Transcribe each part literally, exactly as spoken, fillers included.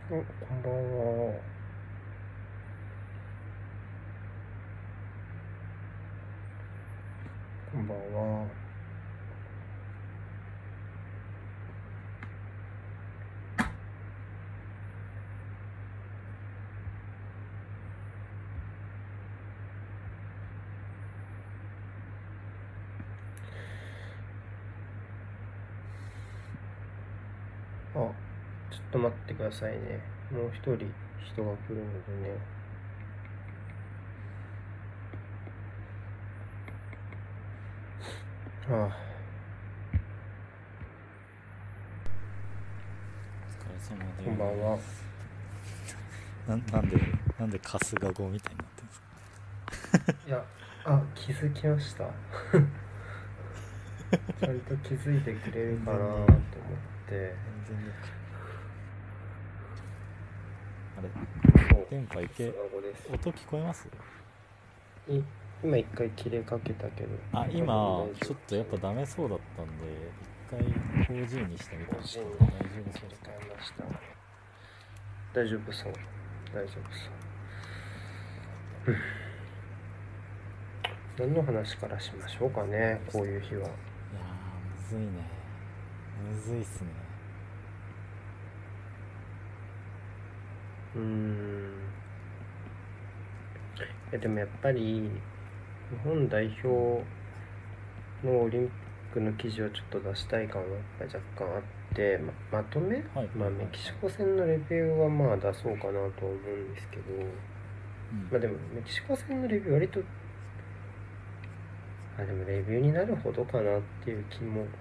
お、こんばんは。こんばんは。あ、ちょっと待ってくださいね。もう一人人が来るのでね。ああ、 お疲れ様です。 こんばんは。 な, なんでなんで春日語みたいになってるんですか？ いや、あ、気づきました。ちゃんと気づいてくれるかなと思って。 完全にあれそう、 電波いけ、 春日語です。 音聞こえます？ い今一回切れかけたけど、 あ、 多分今大丈夫ちょっとやっぱですね。 ダメそうだったんで一回 フォージー にしてみたんですけどフォージー に大丈夫そうですか？ 使いました。大丈夫そう。大丈夫そう。何の話からしましょうかね、こういう日は。 いやーむずいね、むずいっすね。 うーん。いやでもやっぱり日本代表のオリンピックの記事をちょっと出したい感はやっぱり若干あって、ま、まとめ、 はいはいまあ、 はいはい、 メキシコ戦のレビューはまあ出そうかなと思うんですけど、 うん、 まあでもメキシコ戦のレビュー割とあでもレビューになるほどかなっていう気も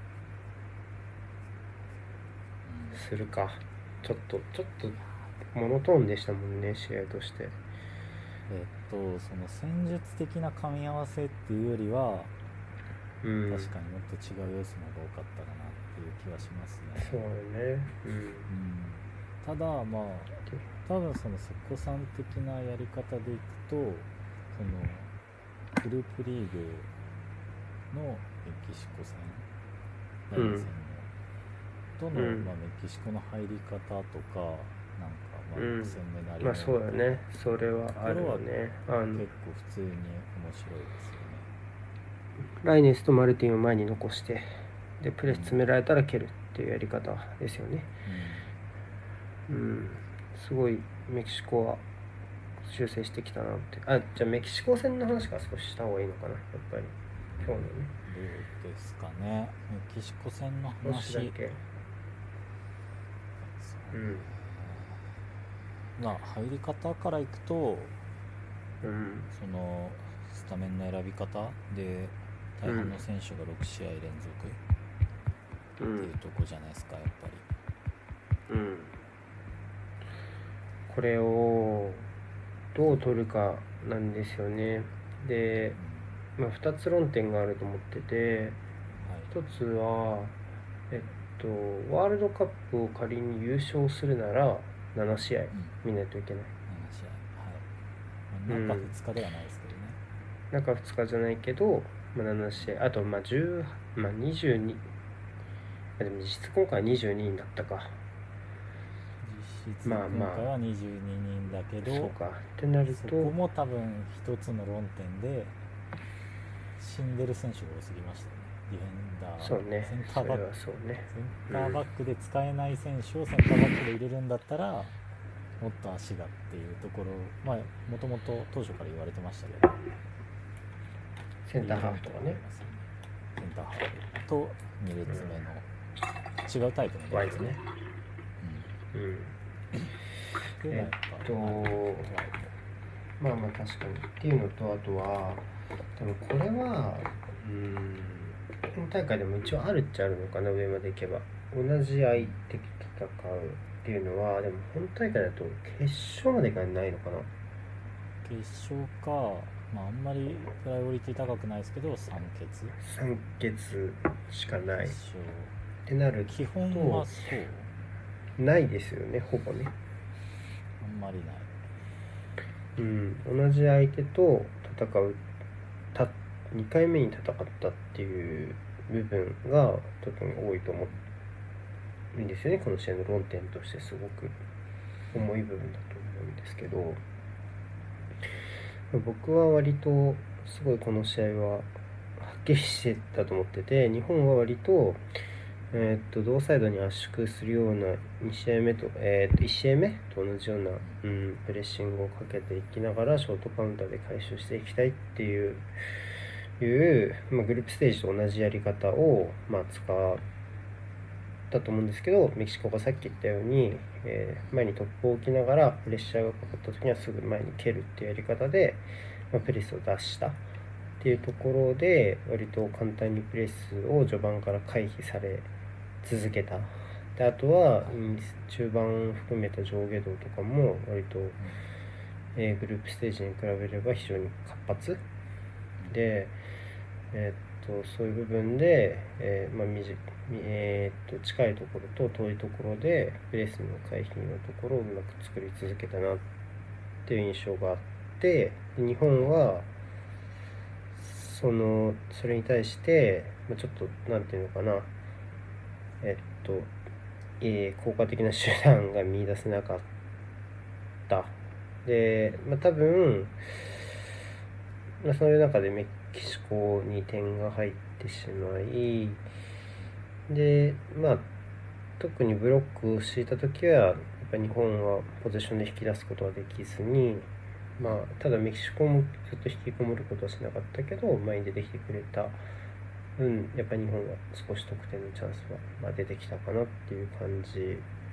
するか。ちょっとちょっとモノトーンでしたもんね、試合として。 えっとその戦術的な噛み合わせっていうよりはうん、 確かにもっと違う要素の方が多かったかなっていう気はしますね。 そうね。うん。 うん、ただまあ多分その瀬古さん的なやり方でいくとそのグループリーグのメキシコ戦第うん。 二戦のとの、 うん。 まあ、メキシコの入り方とかなんか、まあ、 うん。 ろく戦目なりまあのみたいなそうだね。それはあところはるよね。あの、 結構普通に面白いですよね。 ライネスとマルティンを前に残して、で、プレスうん詰められたら蹴るっていうやり方ですよね。うん。すごいメキシコは修正してきたなって。あ、じゃあメキシコ戦の話から少しした方がいいのかな、やっぱり。今日のね。 どうですかね、メキシコ戦の少しだ話。 け。 そうね、 うん。 まあ入り方からいくとうん。 そのスタメンの選び方で大半の選手がろく試合連続うん。 っていうとこじゃないですか、やっぱり。 うん。これをどう取るかなんですよね。で、まあ、ふたつ論点があると思ってて、ひとつは、えっと、ワールドカップを仮に優勝するならなな試合見ないといけない。 なな試合、はい、まあ、中うん。 ふつかではないですけどね。 中ふつかじゃないけど、まあ、なな試合。あと、まあ、じゅう、まあ、にじゅうに。あでも実質今回はにじゅうににんだったか。 実質まあまあ、 今回はにじゅうににんだけど、 そうか。ってなると、 そこも多分一つの論点で死んでる選手が多すぎましたね。ディフェンダー、 そうね。 センターバックそれはそうね。 センターバックで使えない選手をセンターバックで入れるんだったらもっと足がっていうところ、まあもともと当初から言われてましたけど、 センターハーフとかね。 センターハーフとに列目の違うタイプのワイドね。うん。 うん、っていうのはやっぱ、 えっと、 はい、 まあまあ確かにっていうのと、あとはでもこれはうーん本大会でも一応あるっちゃあるのかな。上までいけば同じ相手と戦うっていうのは、でも本大会だと決勝までいかないのかな。 決勝か、まあ、あんまりプライオリティ高くないですけどさん決さん決しかないっ決勝てなる基本とはそうないですよね、ほぼね。 あんまりない。 うん、同じ相手と戦うたにかいめに戦ったっていう部分が特に多いと思うんですよね、この試合の論点としてすごく。 重い部分だと思うんですけど、僕は割とすごいこの試合ははっきりしてたと思ってて、日本は割とえー、っと同サイドに圧縮するようなに試合目と、えー、っといち試合目と同じような、うん、プレッシングをかけていきながらショートカウンターで回収していきたいっていういう、まあ、グループステージと同じやり方を、まあ、使ったと思うんですけど、メキシコがさっき言ったように、えー前にトップを置きながらプレッシャーがかかった時にはすぐ前に蹴るっていうやり方で、まあ、プレスを出したっていうところで割と簡単にプレスを序盤から回避され続けた。であとは、うん、中盤含めた上下動とかも割と、えーグループステージに比べれば非常に活発で、えーっとそういう部分で、えーまあみじえーっと近いところと遠いところでプレスの回避のところをうまく作り続けたなっていう印象があって、で日本はそのそれに対して、まあ、ちょっとなんていうのかな、えっと、えー効果的な手段が見出せなかった。で、まあ、多分、まあ、そういう中でメキシコに点が入ってしまい、で、まあ、特にブロックを敷いた時は、やっぱ日本はポゼッションで引き出すことはできずに、まあ、ただメキシコもずっと引きこもることはしなかったけど、前に出てきてくれた分、やっぱり日本は少し得点のチャンスは、まあ、出てきたかなっていう感じ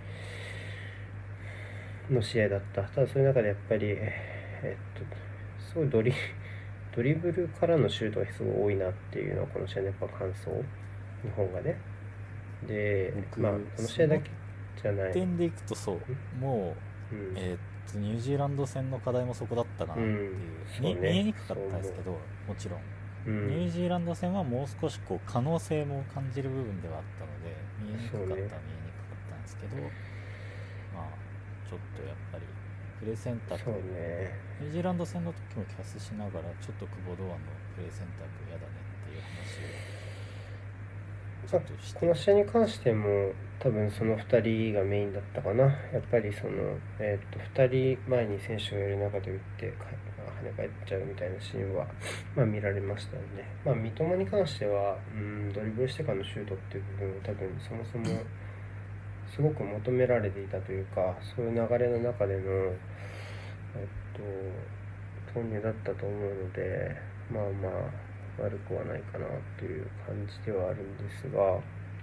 の試合だった。ただそういう中でやっぱり、えっと、すごいドリドリブルからのシュートがすごい多いなっていうのはこの試合のやっぱ感想、日本がね。で、 僕まあこの試合だけじゃない。 点でいくとそうもう、 うん、 えーっとニュージーランド戦の課題もそこだったかなっていう、 うんそうねに見えにくかったですけど、もちろん、 うんニュージーランド戦はもう少しこう可能性も感じる部分ではあったので見えにくかったは見えにくかったんですけど、まあちょっとやっぱりプレー選択、 そうねニュージーランド戦の時もキャスしながらちょっと久保堂安のプレー選択嫌だねっていう話をちょっとして、 この試合に関しても多分そのふたりがメインだったかな。やっぱりその、えー、とふたりまえに選手がいる中で打って跳ね返っちゃうみたいなシーンは、まあ、見られましたよね。まあ、三笘に関してはうんドリブルしてからのシュートっていう部分を多分そもそもすごく求められていたというか、そういう流れの中での、えっと、投入だったと思うので、まあまあ悪くはないかなという感じではあるんですが、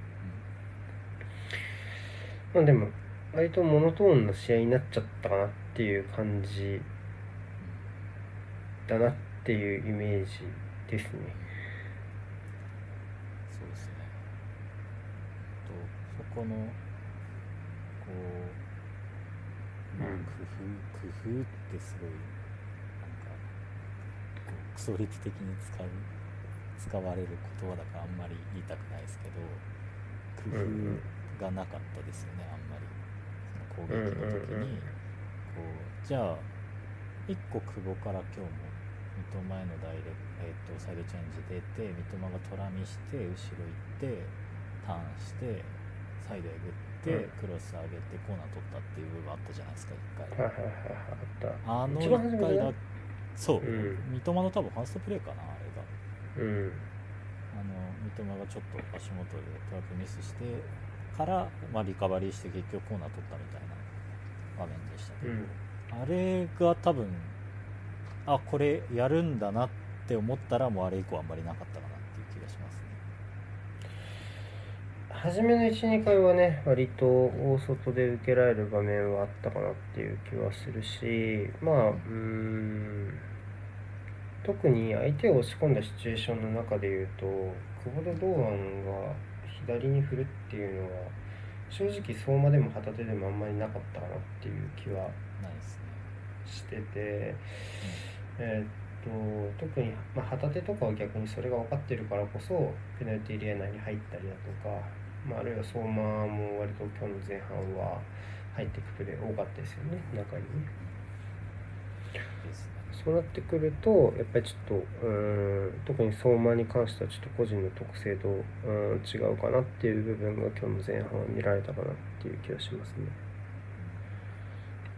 まあでも割とモノトーンな試合になっちゃったかなっていう感じだなっていうイメージですね。 そうですねとそこのこう、まあ、工夫、工夫ってすごいなんかこうクソリツ的に使う使われる言葉だからあんまり言いたくないですけど、工夫がなかったですよね、あんまりその攻撃の時に、こうじゃあいっこ久保から今日も三笘へのダイレクト、えー、とサイドチェンジ出て三笘がトラミして後ろ行ってターンしてサイドへぐってクロス上げてコーナー取ったっていう部分あったじゃないですか、いっかい。あのいっかいだ、そう、うん、三笘の多分ファーストプレーかなあれが、うん、あの三笘がちょっと足元でトラップミスしてから、まあ、リカバリーして結局コーナー取ったみたいな場面でしたけど、うん、あれが多分あこれやるんだなって思ったらもうあれ以降あんまりなかったかなっていう気がしますね。 初めの いち,に 回はね割と大外で受けられる場面はあったかなっていう気はするし、まあうーん特に相手を押し込んだシチュエーションの中で言うと久保田堂安が左に振るっていうのは正直相馬でも旗手でもあんまりなかったかなっていう気はしてて、えー、っと特に、まあ、旗手とかは逆にそれが分かってるからこそペナルティーエリア内に入ったりだとか、まあ、あるいは相馬も割と今日の前半は入っていくプレー多かったですよね、中にね。そうなってくるとやっぱりちょっとうーん特に相馬に関してはちょっと個人の特性とうん違うかなっていう部分が今日の前半は見られたかなっていう気がしますね。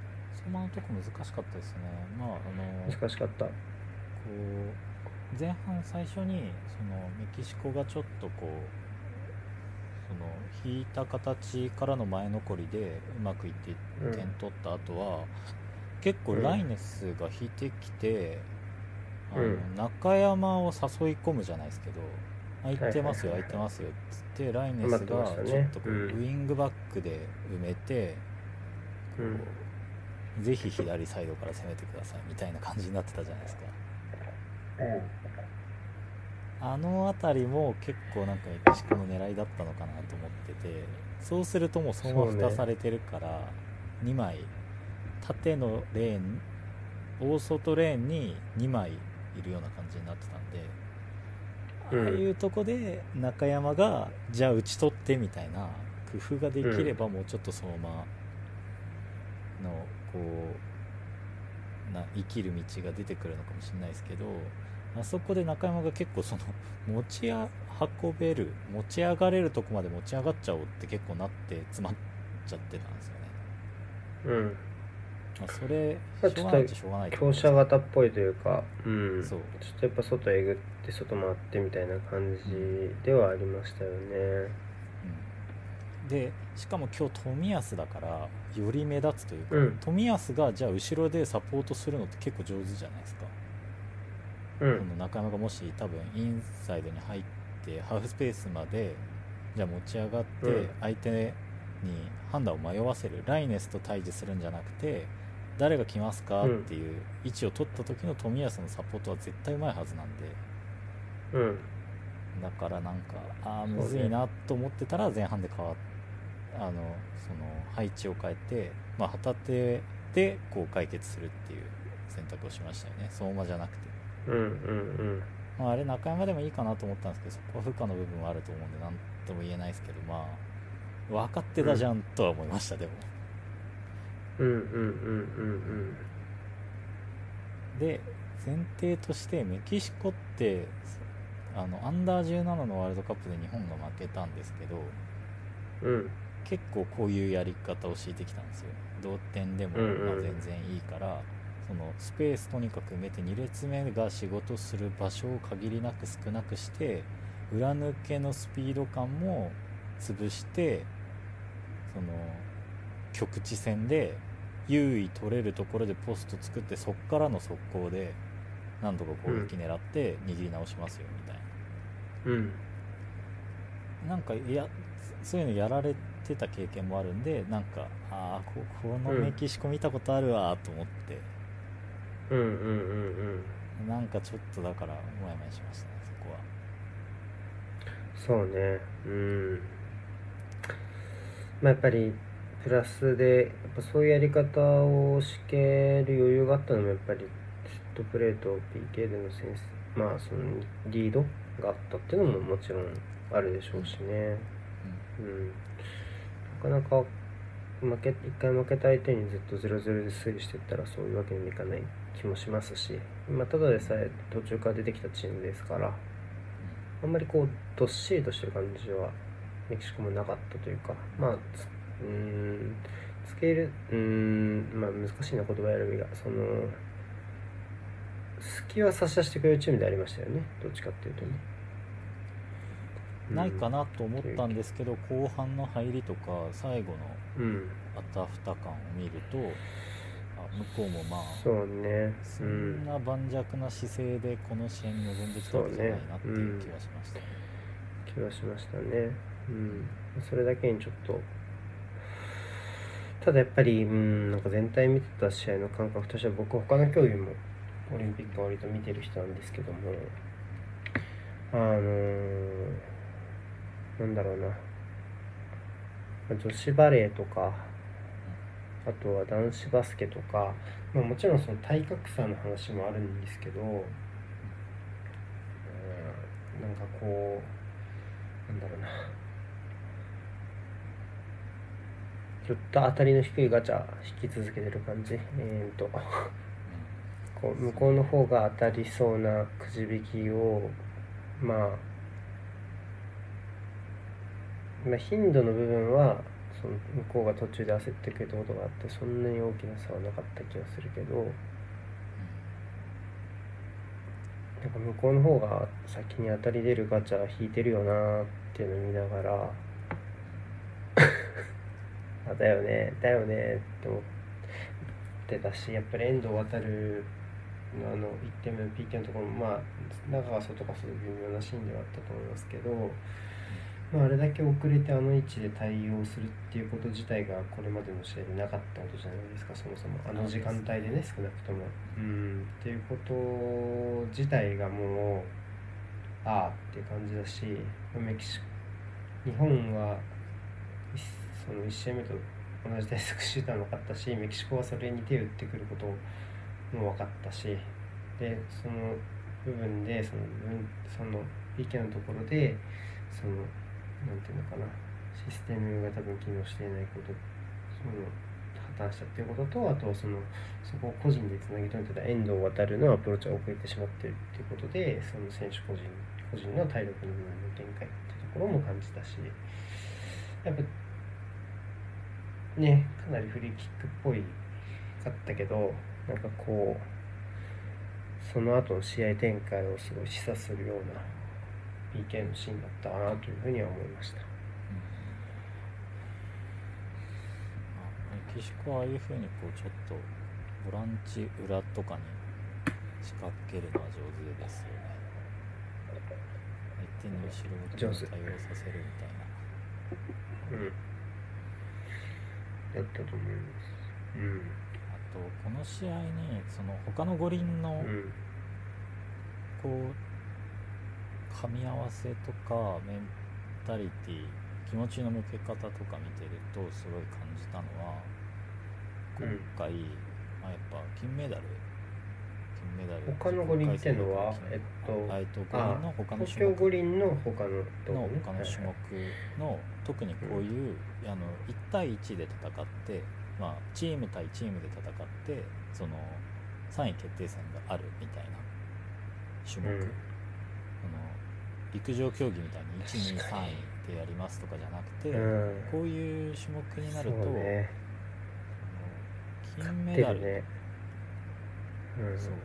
相馬のとこ難しかったですね。まああの難しかった。 こう前半最初にそのメキシコがちょっとこうその引いた形からの前残りでうまくいって点取った後は、うん、結構ライネスが引いてきて、うん、あの中山を誘い込むじゃないですけど、空いてますよ空いてますよっつってライネスがちょっとこうウイングバックで埋めて、こうぜひ左サイドから攻めてくださいみたいな感じになってたじゃないですか。あの辺りも結構なんかメキシコの狙いだったのかなと思ってて、そうするともうそのまま蓋されてるから、にまい縦のレーン大外レーンににまいいるような感じになってたんで、ああいうとこで中山がじゃあ打ち取ってみたいな工夫ができれば、もうちょっと相馬のこうな生きる道が出てくるのかもしれないですけど、あそこで中山が結構その持ち運べる持ち上がれるとこまで持ち上がっちゃおうって結構なって詰まっちゃってたんですよね。 うん、 まあ、それしょうがないっちゃしょうがない強者型っぽいというか、うん、そうちょっとやっぱ外えぐって外回ってみたいな感じではありましたよね、 うん、でしかも今日冨安だからより目立つというか、うん、冨安がじゃあ後ろでサポートするのって結構上手じゃないですか。うん、この中山がもし多分インサイドに入ってハーフスペースまでじゃあ持ち上がって相手に判断を迷わせる、ライネスと対峙するんじゃなくて誰が来ますかっていう位置を取った時の冨安のサポートは絶対うまいはずなんで、うん、だからなんかああむずいなと思ってたら前半で変わっあのその配置を変えて、まあ、旗手でこう解決するっていう選択をしましたよね、相馬じゃなくて。うんうんうん、まあ、あれ中山でもいいかなと思ったんですけど、そこは不可の部分はあると思うんで何とも言えないですけど、まあ分かってたじゃんとは思いました、うん、でもうんうんうんうんうんで前提としてメキシコってあのアンダーじゅうななのワールドカップで日本が負けたんですけど、うん、結構こういうやり方を敷いてきたんですよ。同点でもまあ全然いいから、うんうん、そのスペースとにかく埋めてに列目が仕事する場所を限りなく少なくして裏抜けのスピード感も潰して、その局地戦で優位取れるところでポスト作って、そっからの速攻で何とか攻撃狙って握り直しますよみたいな、うん、なんかいやそういうのやられてた経験もあるんで、なんかああ こ, このメキシコ見たことあるわと思って、うんうんうんうん、なんかちょっとだからもやもやしましたね、そこは。 そうね、うん、まあやっぱりプラスでやっぱそういうやり方をしける余裕があったのもやっぱりセットプレーと ピーケー でのセンス、まあそのリードがあったっていうのももちろんあるでしょうしね、うん、うん、なかなか負けいっかい負けた相手にずっと ゼロゼロ で推移していったらそういうわけにもいかない気もしますし、まあ、ただでさえ途中から出てきたチームですから、あんまりこうどっしりとしてる感じはメキシコもなかったというか、まあうーんつけるうーんまあ難しいな言葉選びが、その隙は差し出してくれるチームでありましたよね、どっちかっていうとね。 ないかなと思ったんですけど、うん、後半の入りとか最後のあたふた感を見ると、うん、あ向こうもまあそうね、 そんな盤石な姿勢でこの試合に臨んできたわけじゃないなっていう気はしましたね。 気はしましたね、うん、それだけにちょっとただやっぱり、うん、なんか全体見てた試合の感覚としては、僕他の競技もオリンピック割と見てる人なんですけども、あのー、なんだろうな、女子バレーとか、あとは男子バスケとか、まあ、もちろんその体格差の話もあるんですけど、うん、なんかこうなんだろうな、ずっと当たりの低いガチャ引き続けてる感じ、えーとこう向こうの方が当たりそうなくじ引きを、まあ、まあ、頻度の部分はその向こうが途中で焦ってくれたことがあって、そんなに大きな差はなかった気がするけど、なんか向こうの方が先に当たり出るガチャ引いてるよなっていうのを見ながらあだよねだよねって思ってたし、やっぱり遠藤航のあのいってんめの ピーケー のところも、まあ中は外かすごい微妙なシーンではあったと思いますけど、まあ、あれだけ遅れてあの位置で対応するっていうこと自体がこれまでの試合でなかったことじゃないですか。そもそもあの時間帯でね、少なくともうんっていうこと自体がもうああっていう感じだし、メキシコ日本はそのいち試合目と同じ対策手段分かったし、メキシコはそれに手を打ってくることも分かったし、でその部分でそのその ピーケー のところでそのなんていうのかな、システムが多分機能していないこと、その破綻したっていうことと、あとそのそこを個人でつなぎ止めてた遠藤航のアプローチが遅れてしまっているっていうことで、その選手個人個人の体力の部分の限界っていうところも感じたし、やっぱね、かなりフリーキックっぽいかったけど、なんかこうその後の試合展開をすごい示唆するような ピーケー のシーンだったなというふうには思いました。 メキシコはああいう風にこうちょっとボランチ裏とかに仕掛けるのは上手ですよね。相手に後ろ向きに対応させるみたいな。 うん。だったと思います。うん。 あとこの試合にその他の五輪のこう噛み合わせとかメンタリティ、気持ちの向け方とか見てるとすごい感じたのは、今回、うんまあ、やっぱ金メダル金メダル他の五輪ってのはえっと五輪の他の種目、東京五輪の他のの他の種目の特にこういう、うん、あのいち対いちで戦って、まあ、チーム対チームで戦ってそのさんい決定戦があるみたいな種目、うん、の陸上競技みたいにいち、に、さんいでやりますとかじゃなくて、うん、こういう種目になると、ね、金メダル、ねうん、そうで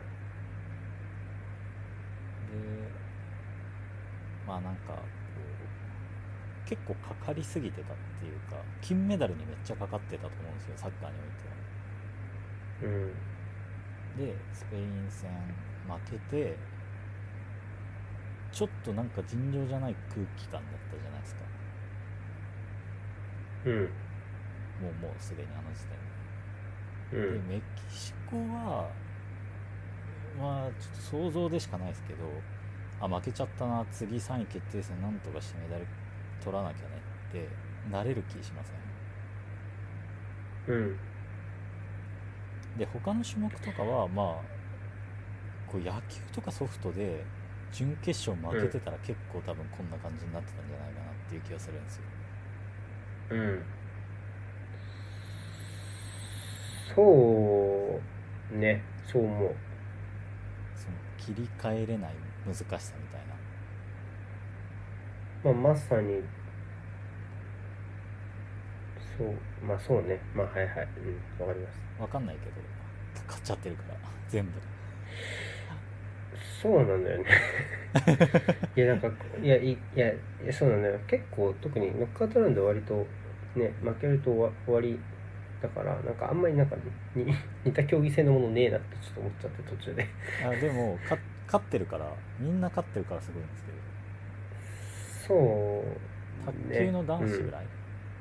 まあなんかこう結構かかりすぎてたっていうか、金メダルにめっちゃかかってたと思うんですよ、サッカーにおいては、うん、でスペイン戦負けてちょっとなんか尋常じゃない空気感だったじゃないですか。 うん。もうもうすでにあの時点で。うん、 でメキシコはまあちょっと想像でしかないですけど、あ負けちゃったな、次さんい決定戦なんとかしてメダル取らなきゃねってなれる気しません？ うん。 で他の種目とかはまあこう野球とかソフトで準決勝負けてたら結構多分こんな感じになってたんじゃないかなっていう気がするんですよ。 うんそうね、そう思う。 その切り替えれない難しさみたいな、まあ、まさにそうまあそうねまあはいはいうんわかります。 わかんないけど買っちゃってるから全部そうなんだよねいやなんかいやいやいやそうなんだよ。結構特にノックアウトラウンド割とね負けると終わりだからなんかあんまりなんかに似た競技性のものねえなってちょっと思っちゃって途中であでもか勝ってるからみんな勝ってるからすごいんですけど、そう、 ね、卓球の男子ぐらい、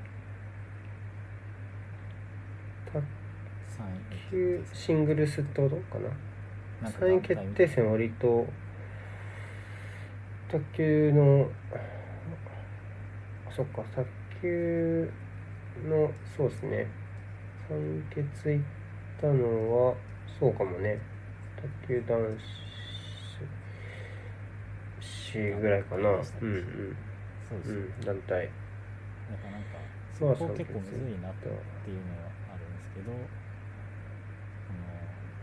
うん、卓球シングルスってことかな。さんい決定戦割と卓球のそっか卓球のそうですねさん決いったのはそうかもね。卓球男子ぐらいかな。うんうんそうです、ねうん、団体だからなんかそこ結構むずいなっていうのはあるんですけど、あの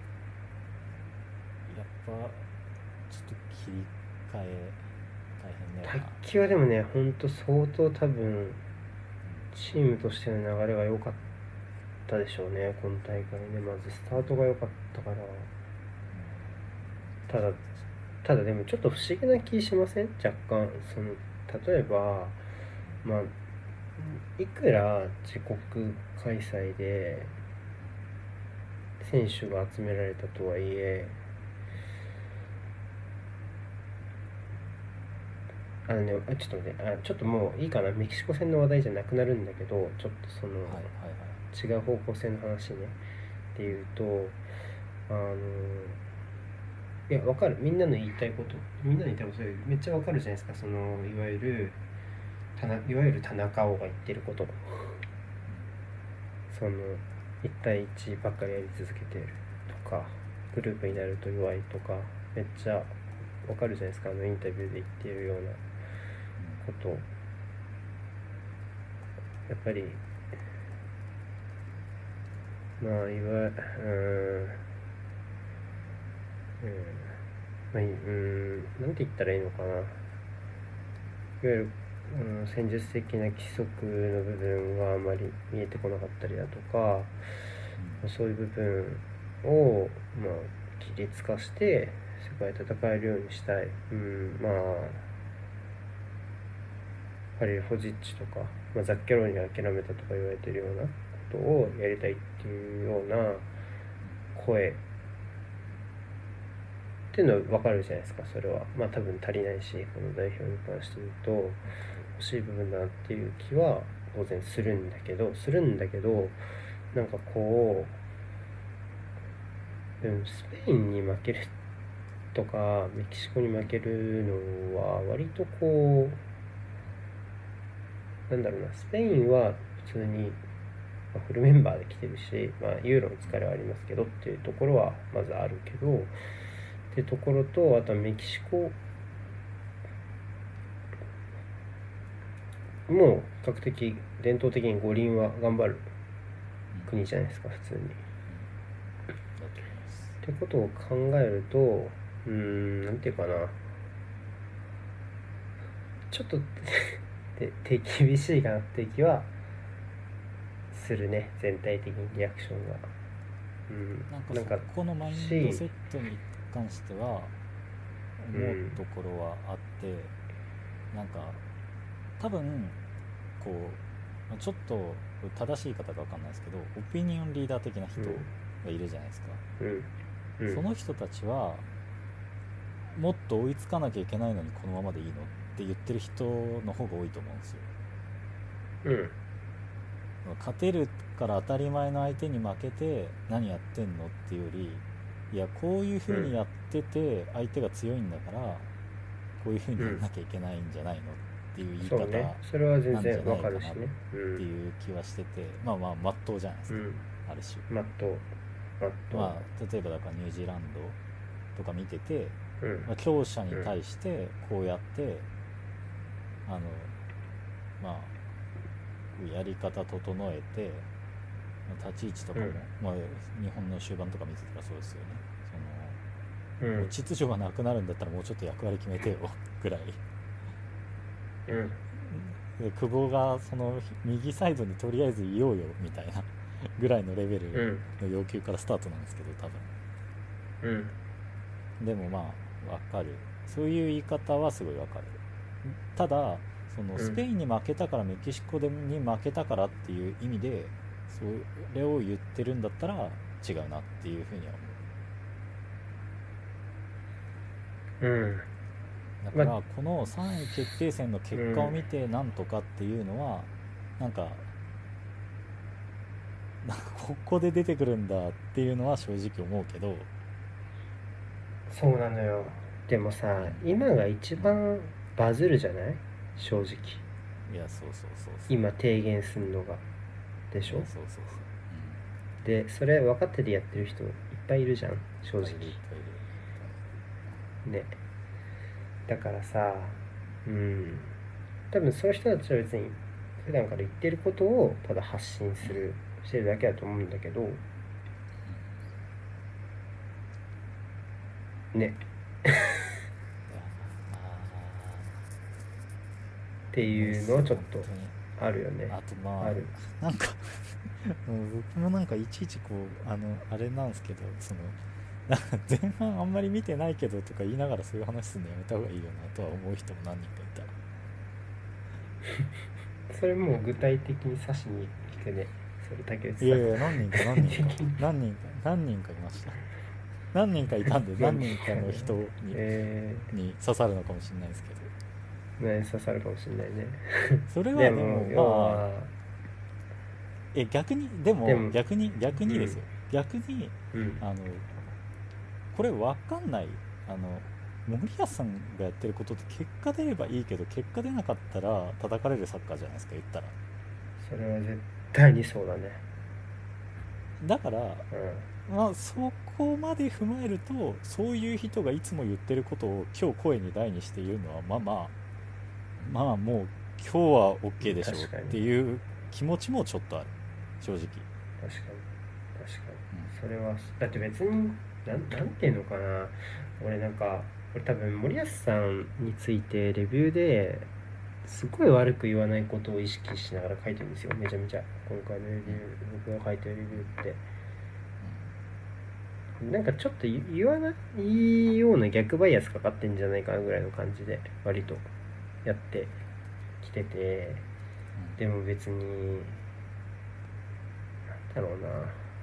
やっぱちょっと切り替え大変だよな。 卓球はでもねほんと相当多分チームとしての流れが良かったでしょうね、今大会ね。まずスタートが良かったから。ただただでもちょっと不思議な気しません？若干その例えばまあいくら自国開催で選手が集められたとはいえ、あのね、あちょっとねあちょっともういいかな、メキシコ戦の話題じゃなくなるんだけど、ちょっとその、 はいはいはい違う方向性の話ねっていうと、あのいやわかる、みんなの言いたいこと、みんなの言いたいことめっちゃわかるじゃないですか。そのいわゆるたないわゆる田中碧が言ってること、そのいち対いちばっかりやり続けてるとか、グループになると弱いとか、めっちゃわかるじゃないですか。あのインタビューで言っているようなこと。やっぱりまあいわゆるうんうんまあいいうんなんて言ったらいいのかな、いわゆる、うん、戦術的な規則の部分があまり見えてこなかったりだとか、 うんそういう部分をまあ規律化して世界で戦えるようにしたい。うん、まあハリル・ホジッチとか、まあ、ザッケローに諦めたとか言われてるようなことをやりたいっていうような声っていうのは分かるじゃないですか。それはまあ多分足りないし、この代表に関して言うと欲しい部分だなっていう気は当然するんだけどするんだけどなんかこう、でもスペインに負けるとかメキシコに負けるのは割とこうなんだろうな、スペインは普通にフルメンバーで来てるし、まあ、ユーロの疲れはありますけどっていうところはまずあるけどっていうところと、あとはメキシコも比較的伝統的に五輪は頑張る国じゃないですか、普通に。ってことを考えると、うーんなんていうかな、ちょっと手厳しいかなって気はするね、全体的にリアクションが。うん、 なんかなんかそこのマインドセットに関しては思うところはあって、うん、なんか多分こうちょっと正しい方か分かんないですけど、オピニオンリーダー的な人がいるじゃないですか、 うんうん、 その人たちはもっと追いつかなきゃいけないのにこのままでいいのって言ってる人の方が多いと思うんですよ。 うん勝てるから当たり前の相手に負けて何やってんのっていうより、いやこういう風にやってて相手が強いんだからこういう風にやんなきゃいけないんじゃないのっていう言い方なんじゃないかなっていう気はしてて、まあまあ真っ当じゃないですか、うん、ある種真っ当真っ当、 まあ、例えばだからニュージーランドとか見てて、 うんまあ、強者に対してこうやって、うん、あのまあやり方整えて立ち位置とかも、うんまあ、日本の終盤とか見てたらそうですよね。その、うん、もう秩序がなくなるんだったらもうちょっと役割決めてよぐらい、 うん、 で久保がその右サイドにとりあえずいようよみたいなぐらいのレベルの要求からスタートなんですけど多分、うん、でもまあ分かる、そういう言い方はすごい分かる。ただそのスペインに負けたからメキシコに負けたからっていう意味でそれを言ってるんだったら違うなっていうふうには思う、うん、だからこのさんい決定戦の結果を見てなんとかっていうのはなんかなんかここで出てくるんだっていうのは正直思うけど、 そうなのよ。でもさ、今が一番バズるじゃない、正直。 いやそうそうそうそう、 今提言するのがでしょ。 そうそうそう、 うん、でそれ分かっててやってる人いっぱいいるじゃん正直ね。だからさ、うん多分そういう人たちは別に普段から言ってることをただ発信するしてるだけだと思うんだけどねっていうのをちょっとあるよね。 あとまある。 あなんかもう僕もなんかいちいちこうあのあれなんですけど、そのなんか前半あんまり見てないけどとか言いながらそういう話するのやめた方がいいよなとは思う人も何人かいそれもう具体的に指しに来てね、それ竹内さん。 た。いやいや、何人か何人か何人か何人かいました。何人かいたんで何人かの人に、 えに刺さるのかもしれないですけど、 ー、ね、刺さるかもしれないね。 それはででももまあ要はえ逆にででもも逆に逆にですよ、逆にうんうんあのこれ分かんない、あの森保さんがやってることって結果出ればいいけど結果出なかったら叩かれるサッカーじゃないですか、言ったら。 それは絶対にそうだね。 だからうまあそこまで踏まえると、そういう人がいつも言ってることを今日声に大にして言うのはまあまあまあもう今日は OK ん、 でしょうっ確かにていう気持ちもちょっとある、正直。 確かに確かうんに。それはだって別になんなんていうのかな。俺なんか俺多分森保さんについてレビューですごい悪く言わないことを意識しながら書いてるんですよ、めちゃめちゃ。今回のレビュー、僕が書いてるレビューってなんかちょっと言わないような逆バイアスかかってんじゃないかなぐらいの感じで割とやってきてて、でも別になんだろうな、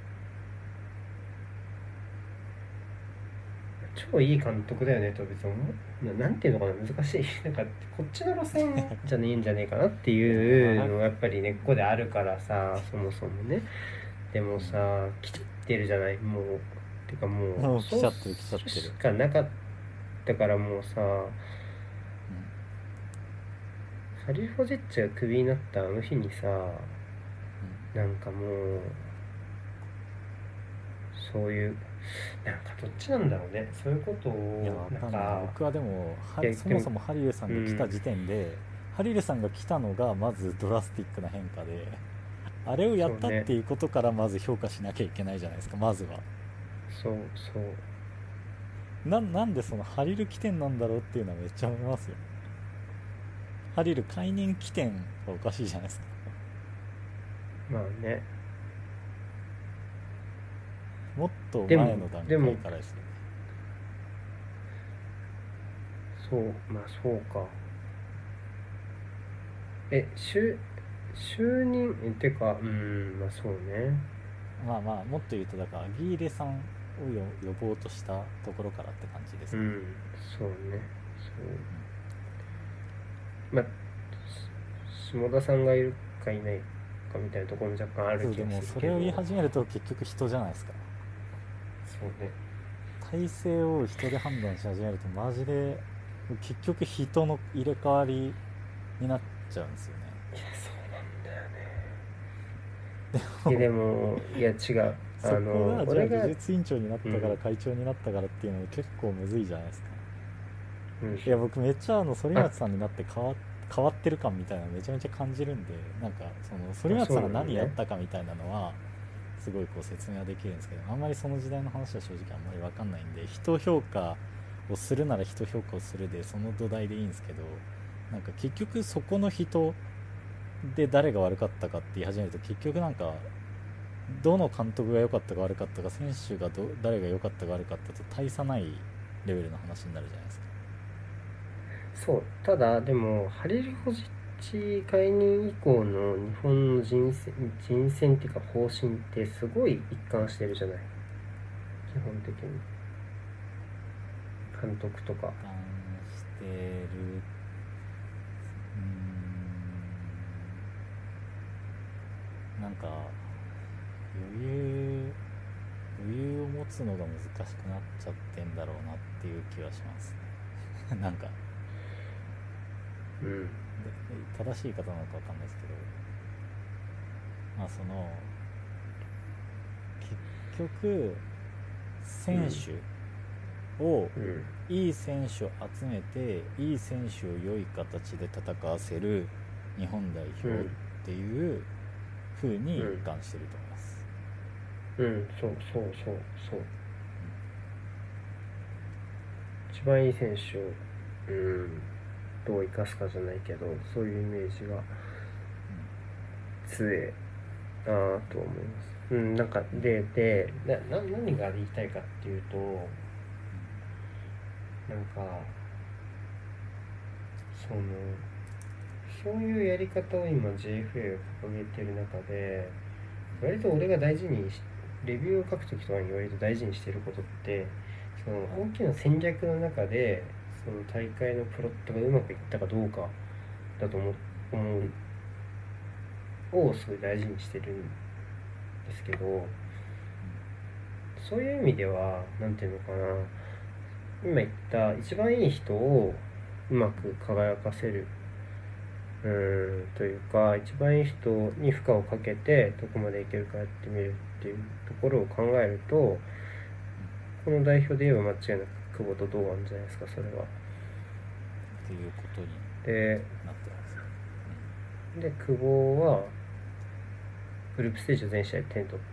超いい監督だよねと別に思うな。なんていうのかな、難しい。なんかこっちの路線じゃねえんじゃねえかなっていうのがやっぱり根っこであるからさ、そもそもね。でもさ、来ちゃってるじゃない、もう。てかもうもう来そうちゃってる来ちゃするってる。 しかなかったからもうさ、ハリル・フォジェッチがクビになったあの日にさ、なんかもうそういうなんかどっちなんだろうね、そういうこといやをなんわかんない、 か。 僕はでもはいやでもそもそもハリルさんが来た時点で、ハリルさんが来たのがまずドラスティックな変化で、あれをやったっそうね、 ていうことからまず評価しなきゃいけないじゃないですか、まずは。 そうそうななんでそのハリル起点なんだろうっていうのはめっちゃ思いますよ。ハリル解任起点はおかしいじゃないですか。 まあね。 もっとでも前の段でも階からですよね。 そう、まあそうか。え就就任えてか、うん、まあそうね。 まあまあもっと言うとだからアギーレさんを呼ぼうとしたところからって感じですかね。 うん、そうね。そう、まあ下田さんがいるかいないかみたいなところも若干あるそう、 気がでもするけど。 それを言い始めると結局人じゃないですか。 そうね。 体制を人で判断し始めるとマジで結局人の入れ替わりになっちゃうんですよね。 いやそうなんだよね。いやでもいや違う、あそこがじゃあの俺が技術委員長になっうんたから会長になったからっていうのも結構むずいじゃないですか。 うんいや僕めっちゃあの反あ町さんになって変わ変わってる感みたいなのめちゃめちゃ感じるんで、なんかその反町さんが何やったかみたいなのはすごいこう説明はできるんですけど、あんまりその時代の話は正直あんまり分かんないんで、人評価をするなら人評価をするでその土台でいいんですけど、なんか結局そこの人で誰が悪かったかって言い始めると結局なんかどの監督が良かったか悪かったか、選手がど誰が良かったか悪かったと大差ないレベルの話になるじゃないですか。 そう、ただでもハリル・ホジッチ解任以降の日本の人選人選っていうか方針ってすごい一貫してるじゃない、基本的に監督とか。 一貫してる。うーんなんか余裕余裕を持つのが難しくなっちゃってんだろうなっていう気はしますねなんかうん正しい方なのか分かんないですけど、まあその結局選手を、 うんうんいい選手を集めていい選手を良い形で戦わせる日本代表っていう風に一貫してると思います。 うん、うん、そうそうそうそう、一番いい選手をうんどう生かすかじゃないけど、そういうイメージが強いなぁと思います。うん、なんかででなな何が言いたいかっていうと、なんかそのそういうやり方を今 ジェイエフエー が掲げてる中で、割と俺が大事にしレビューを書くときとかに割と大事にしてることって、その大きな戦略の中でその大会のプロットがうまくいったかどうかだと思う思うをすごい大事にしてるんですけど、そういう意味ではなんていうのかな、今言った一番いい人をうまく輝かせる、うーんというか、一番いい人に負荷をかけてどこまでいけるかやってみるっていうところを考えると、この代表で言えば間違いなく久保と堂安じゃないですか、それは。 っていうことにでなってます。 で久保はグループステージを全試合点取った。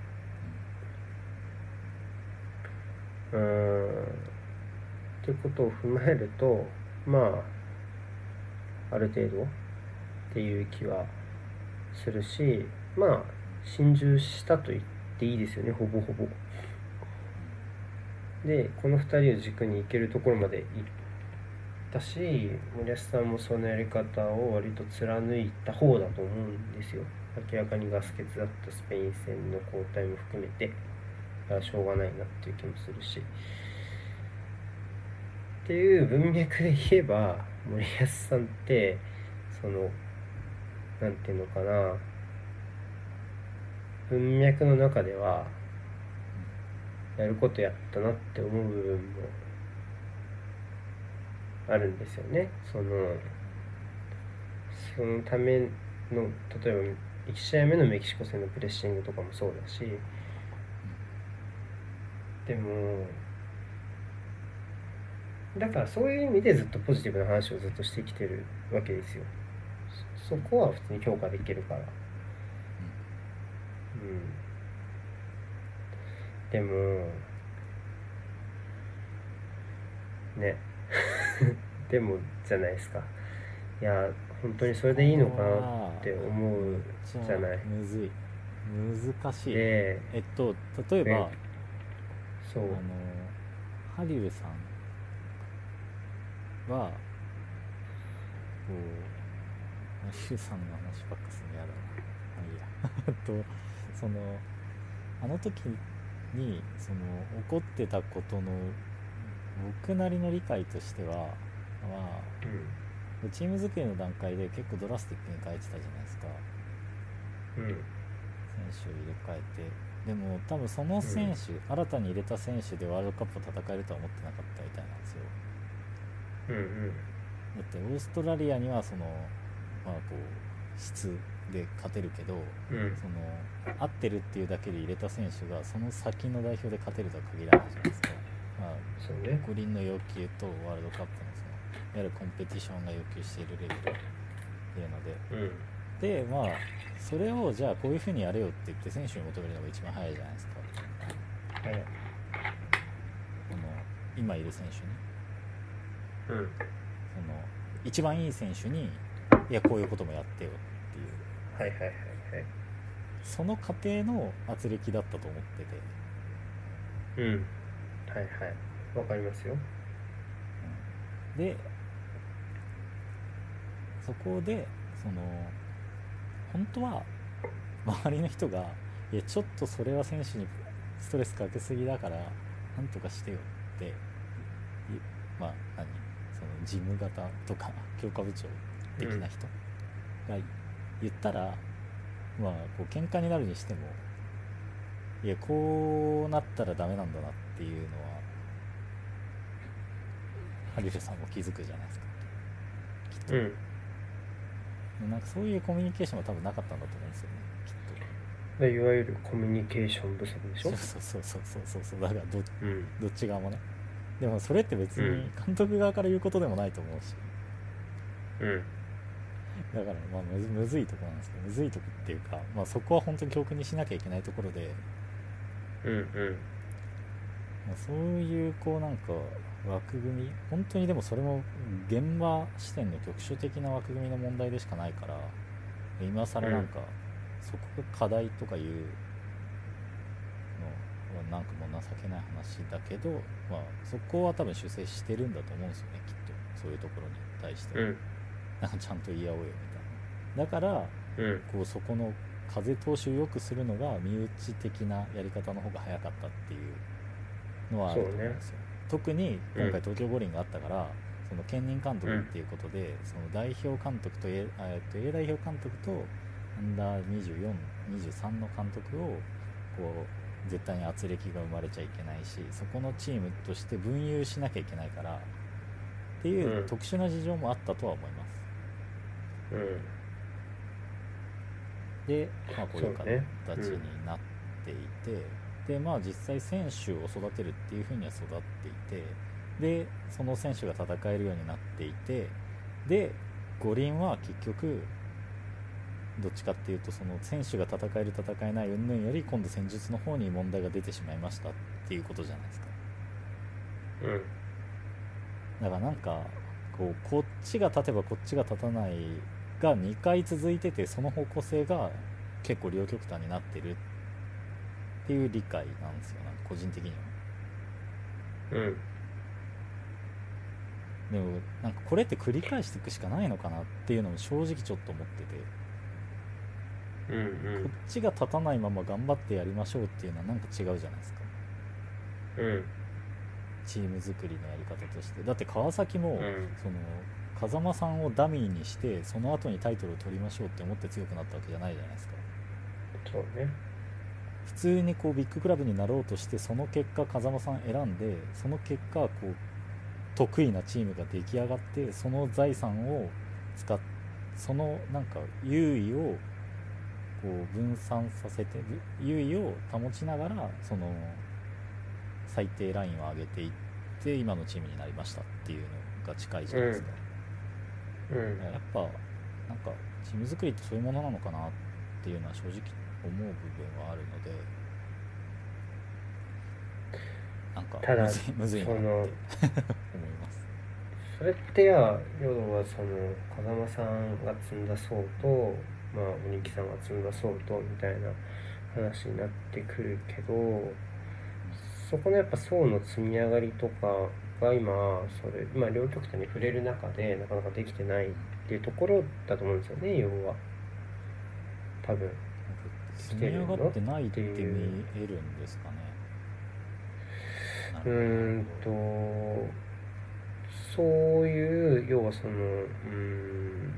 うーんっていうことを踏まえると、まあある程度っていう気はするし、まあ心中したと言っていいですよね、ほぼほぼ。でこのふたりを軸に行けるところまで行ったし、森保さんもそのやり方を割と貫いた方だと思うんですよ。明らかにガス欠だったスペイン戦の交代も含めてしょうがないなっていう気もするし、っていう文脈で言えば森保さんってそのなんていうのかな、文脈の中ではやることやったなって思う部分もあるんですよね。そのそのための、例えばいち試合目のメキシコ戦のプレッシングとかもそうだし、でもだからそういう意味でずっとポジティブな話をずっとしてきてるわけですよ。そこは普通に評価できるから。うん。でもねでもじゃないですか。いや本当にそれでいいのかなって思うじゃない。 むずい難しい。 でえっと例えばそう、 あのハリルさんはこうシュウさんの話ばっかするの嫌だな。まあいいやとそのあの時にその起こってたことの僕なりの理解としては、まあ、うん、チーム作りの段階で結構ドラスティックに変えてたじゃないですか、 うん、選手を入れ替えて。でも多分その選手、うん、新たに入れた選手でワールドカップを戦えるとは思ってなかったみたいなんですよ。 うんうん、 だってオーストラリアにはその、まあ、こう質で勝てるけど、うん、その合ってるっていうだけで入れた選手がその先の代表で勝てるとは限らないじゃないですか。まあ、そうね、五輪の要求とワールドカップのそのいわゆるコンペティションが要求しているレベルっていうので、うん、でまあそれをじゃあこういう風にやれよって言って選手に求めるのが一番早いじゃないですか。はい、この今いる選手に、うん、その一番いい選手にいやこういうこともやってよっていう、はいはいはいはい、その過程の圧力だったと思ってて、うん、はいはい、わかりますよ。うん、でそこでその本当は周りの人がいやちょっとそれは選手にストレスかけすぎだからなんとかしてよってまあ何その事務方とか強化部長的な人が言ったら、うん、まあこう喧嘩になるにしてもいやこうなったらダメなんだなっていうのはハリルさんも気づくじゃないですかきっと、うん、なんかそういうコミュニケーションは多分なかったんだと思うんですよねきっと。いわゆるコミュニケーション不足でしょ。そうそうそうそうそうそうだから ど,、うん、どっち側もね。でもそれって別に監督側から言うことでもないと思うし、うん、だからまあむ ず, むずいところなんですけど、むずいとこっていうか、まあ、そこは本当に教訓にしなきゃいけないところで、うんうん、まあ、そういうこうなんか枠組み本当にでもそれも現場視点の局所的な枠組みの問題でしかないから、 今更なんか、そこが課題とかいうのはなんかもう情けない話だけど、まあ、そこは多分修正してるんだと思うんですよね、きっと。そういうところに対しては、 うんなんかちゃんと言い合おうよみたいな。だからうんこうそこの風通しを良くするのが身内的なやり方の方が早かったっていうのはあると思うんですよ。特に今回東京五輪があったから、その兼任監督っていうことで、その代表監督と A, えっと A 代表監督とアンダーにじゅうよん、にじゅうさんの監督をこう絶対に圧力が生まれちゃいけないし、そこのチームとして分有しなきゃいけないからっていう特殊な事情もあったとは思います。 うん、 で、まあ、こういう形になっていて、でまあ実際選手を育てるっていう風には育っていて、でその選手が戦えるようになっていて、で五輪は結局どっちかっていうと、その選手が戦える戦えない云々より今度戦術の方に問題が出てしまいましたっていうことじゃないですか。 うん、 だからなんかこうこっちが立てばこっちが立たないがにかい続いてて、その方向性が結構両極端になってるっていう理解なんですよ、なんか個人的には。 うん、 でもなんかこれって繰り返していくしかないのかなっていうのも正直ちょっと思ってて、 うん、うん、 こっちが立たないまま頑張ってやりましょうっていうのはなんか違うじゃないですか、 うん、 チーム作りのやり方として。だって川崎も、 うん、 その風間さんをダミーにしてその後にタイトルを取りましょうって思って強くなったわけじゃないじゃないですか。 そうね。 普通にこうビッグクラブになろうとして、その結果風間さん選んで、その結果こう得意なチームが出来上がって、その財産を使っそのなんか優位をこう分散させて、優位を保ちながらその最低ラインを上げていって今のチームになりましたっていうのが近いじゃないですか。 うん、 やっぱなんかチーム作りってそういうものなのかなっていうのは正直思う部分はあるので、なんかただむずいむずいなって思いそのます。 それってや要はその風間さんが積んだ層と、まあ鬼木さんが積んだ層とみたいな話になってくるけど、そこのやっぱ層の積み上がりとかが今それ今両極端に触れる中でなかなかできてないっていうところだと思うんですよね、要は。多分積み上がってないって見いうえるんですかね。 うーんとそういう要はそのうーん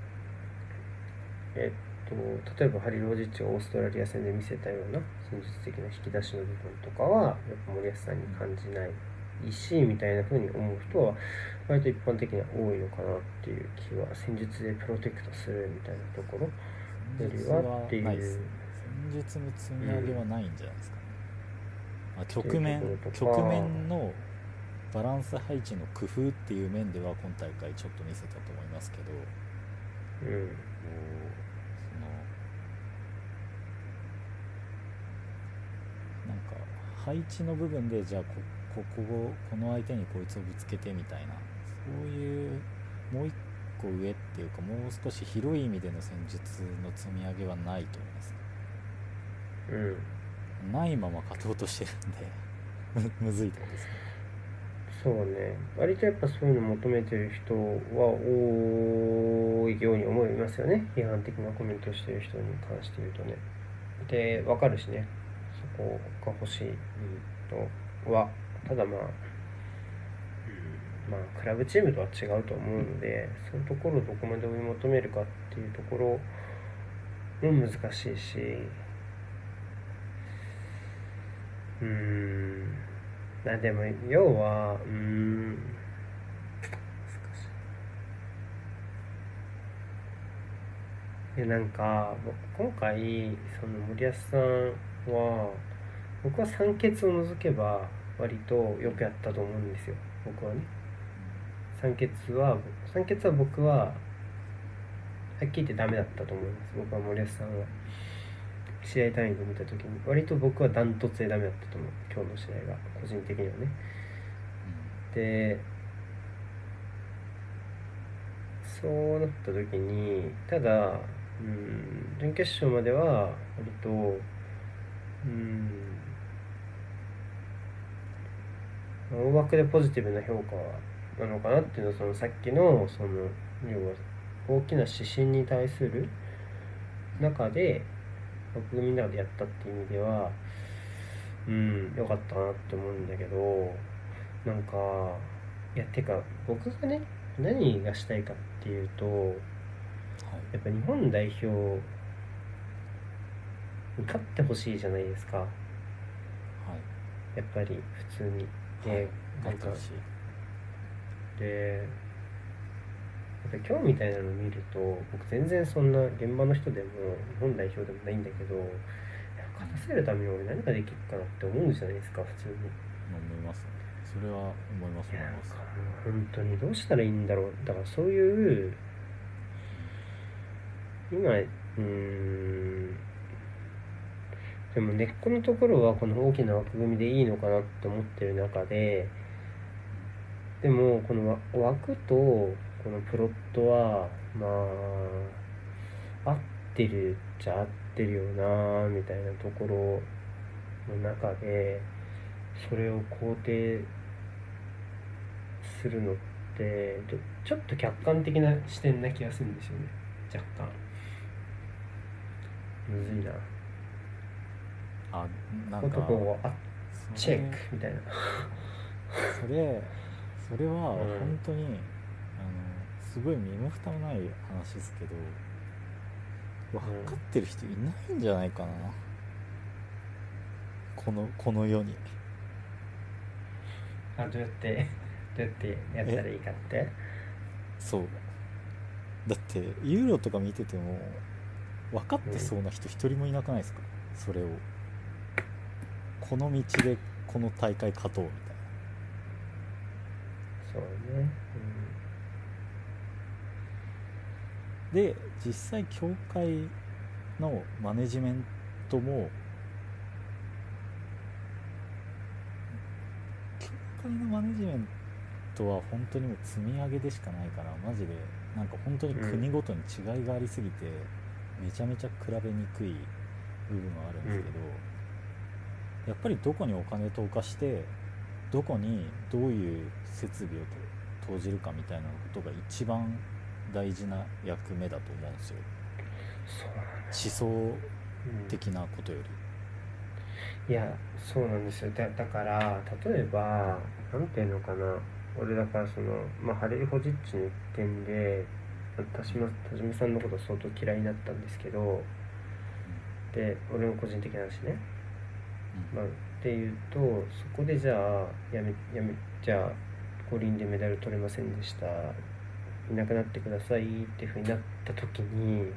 えっと例えばハリル・オジッチがオーストラリア戦で見せたような戦術的な引き出しの部分とかはやっぱ森保さんに感じないし、みたいな風に思う人は割と一般的には多いのかなっていう気は、戦術でプロテクトするみたいなところよりはっていう、 戦術の積み上げはないんじゃないですかね。まあ、局面局面のバランス配置の工夫っていう面では今大会ちょっと見せたと思いますけど、 うん、 そのなんか配置の部分でじゃあ こ, ここをこの相手にこいつをぶつけてみたいな、そういうもう一個上っていうか、もう少し広い意味での戦術の積み上げはないと思います。 うん、 ないまま勝とうとしてるんでむずいところですね。 そうね、割とやっぱそういうの求めてる人は多いように思いますよね、批判的なコメントしてる人に関して言うとね。で分かるしね、そこが欲しいとは。ただまあ、うん、まあクラブチームとは違うと思うので、そういうところをどこまで追い求めるかっていうところも難しいし、うーんまあでも要はうーん難しい。でなんか今回その森保さんは、僕は酸欠を除けば割とよくやったと思うんですよ、僕はね。酸欠は酸欠は僕ははっきり言ってダメだったと思います。僕は森保さんは試合単位で見た時に割と僕はダントツでダメだったと思う、今日の試合が個人的にはね。でそうなった時に、ただうん、準決勝までは割と、うん、大枠でポジティブな評価なのかなっていうのは、そのさっきのその要は大きな指針に対する中で枠組みの中でやったっていう意味では、うん良かったなって思うんだけど、なんかいやてか僕がね何がしたいかっていうと、 はいやっぱ日本代表に勝ってほしいじゃないですか、 はいやっぱり普通に。 はいでなんかなってほしい。 でやっぱ今日みたいなのを見ると、僕全然そんな現場の人でも日本代表でもないんだけど、勝たせるために俺何ができるかなって思うじゃないですか普通に。 思いますね。それは思いますいや思います。 なんかもう本当にどうしたらいいんだろう。だからそういう今うーんでも根っこのところはこの大きな枠組みでいいのかなって思ってる中で、でもこの枠とこのプロットはまあ合ってるっちゃ合ってるよなみたいなところの中で、それを肯定するのってちょっと客観的な視点な気がするんですよね、若干。むずいな。 あなんこことこかをあチェックそれみたいな。 それそれはうん本当にあのすごい身も蓋もない話ですけど、分かってる人いないんじゃないかな、このこの世に。 あどうやってどうやってやったえらいいかって。 そうだってユーロとか見てても分かっうんてそうな人一人もいなくないですか？それをこの道でこの大会勝とうみたいそうね。 な。で実際協会のマネジメントも協会のマネジメントは本当にもう積み上げでしかないから、マジでなんか本当にうんうん国ごとに違いがありすぎてめちゃめちゃ比べにくい部分はあるんですけど、やっぱりどこにお金とかしてどこにどういう設備を投じるかみたいなことが一番大事な役目だと思うんですよ、 そうなんだ。 思想うん的なことより。 いやそうなんですよ。だだから例えばなんていうのかな、俺だからそのまあハレル・ホジッチの一点で田島田島さんのこと相当嫌いになったんですけど、で俺の個人的な話ね、まあ、っていうとそこでじゃあやめやめじゃあ五輪でメダル取れませんでした、いなくなってくださいっていうふうになった時に、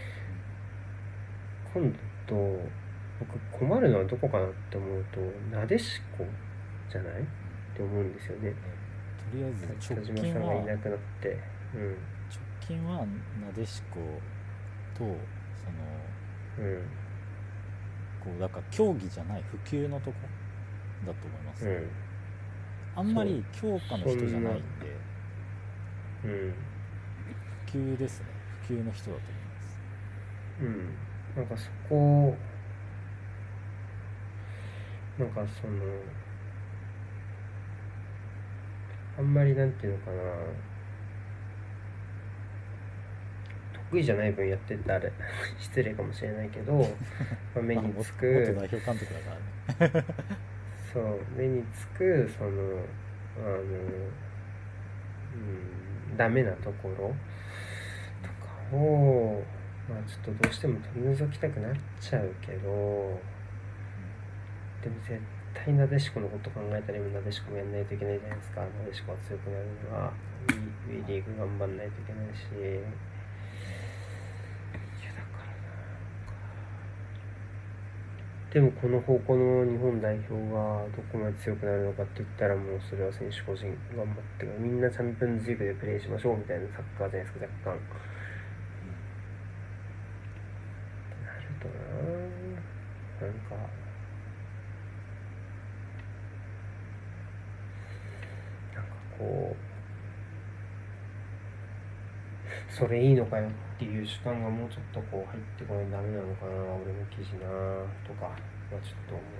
今度僕困るのはどこかなって思うと、なでしこじゃないって思うんですよね。 とりあえず直田島近は直さんがいなくなって、うん近はなでしことそのうんこうだから競技じゃない普及のとこだと思います、 うんあんまり強化の人じゃないんでうん普及ですね、普及の人だと思います。 うんなんかそこなんかそのあんまりなんていうのかな、得意じゃない分やってってあれ失礼かもしれないけど、まあ、目あにつ元元く代表監督だからねそう目につくそのあのうんダメなところとかをまあちょっとどうしても取り除きたくなっちゃうけど、でも絶対なでしこのこと考えたら今なでしこもやんないといけないじゃないですか。なでしこが強くなるには WE リーグ頑張んないといけないし、いやだからな、でもこの方向の日本代表がどこまで強くなるのかって言ったら、もうそれは選手個人頑張ってみんなチャンピオンズリーグでプレーしましょうみたいなサッカーじゃないですか、若干。なるとな、なんかなんかこうそれいいのかよっていう主観がもうちょっとこう入ってこないとダメなのかな俺の記事なとかはちょっと思う。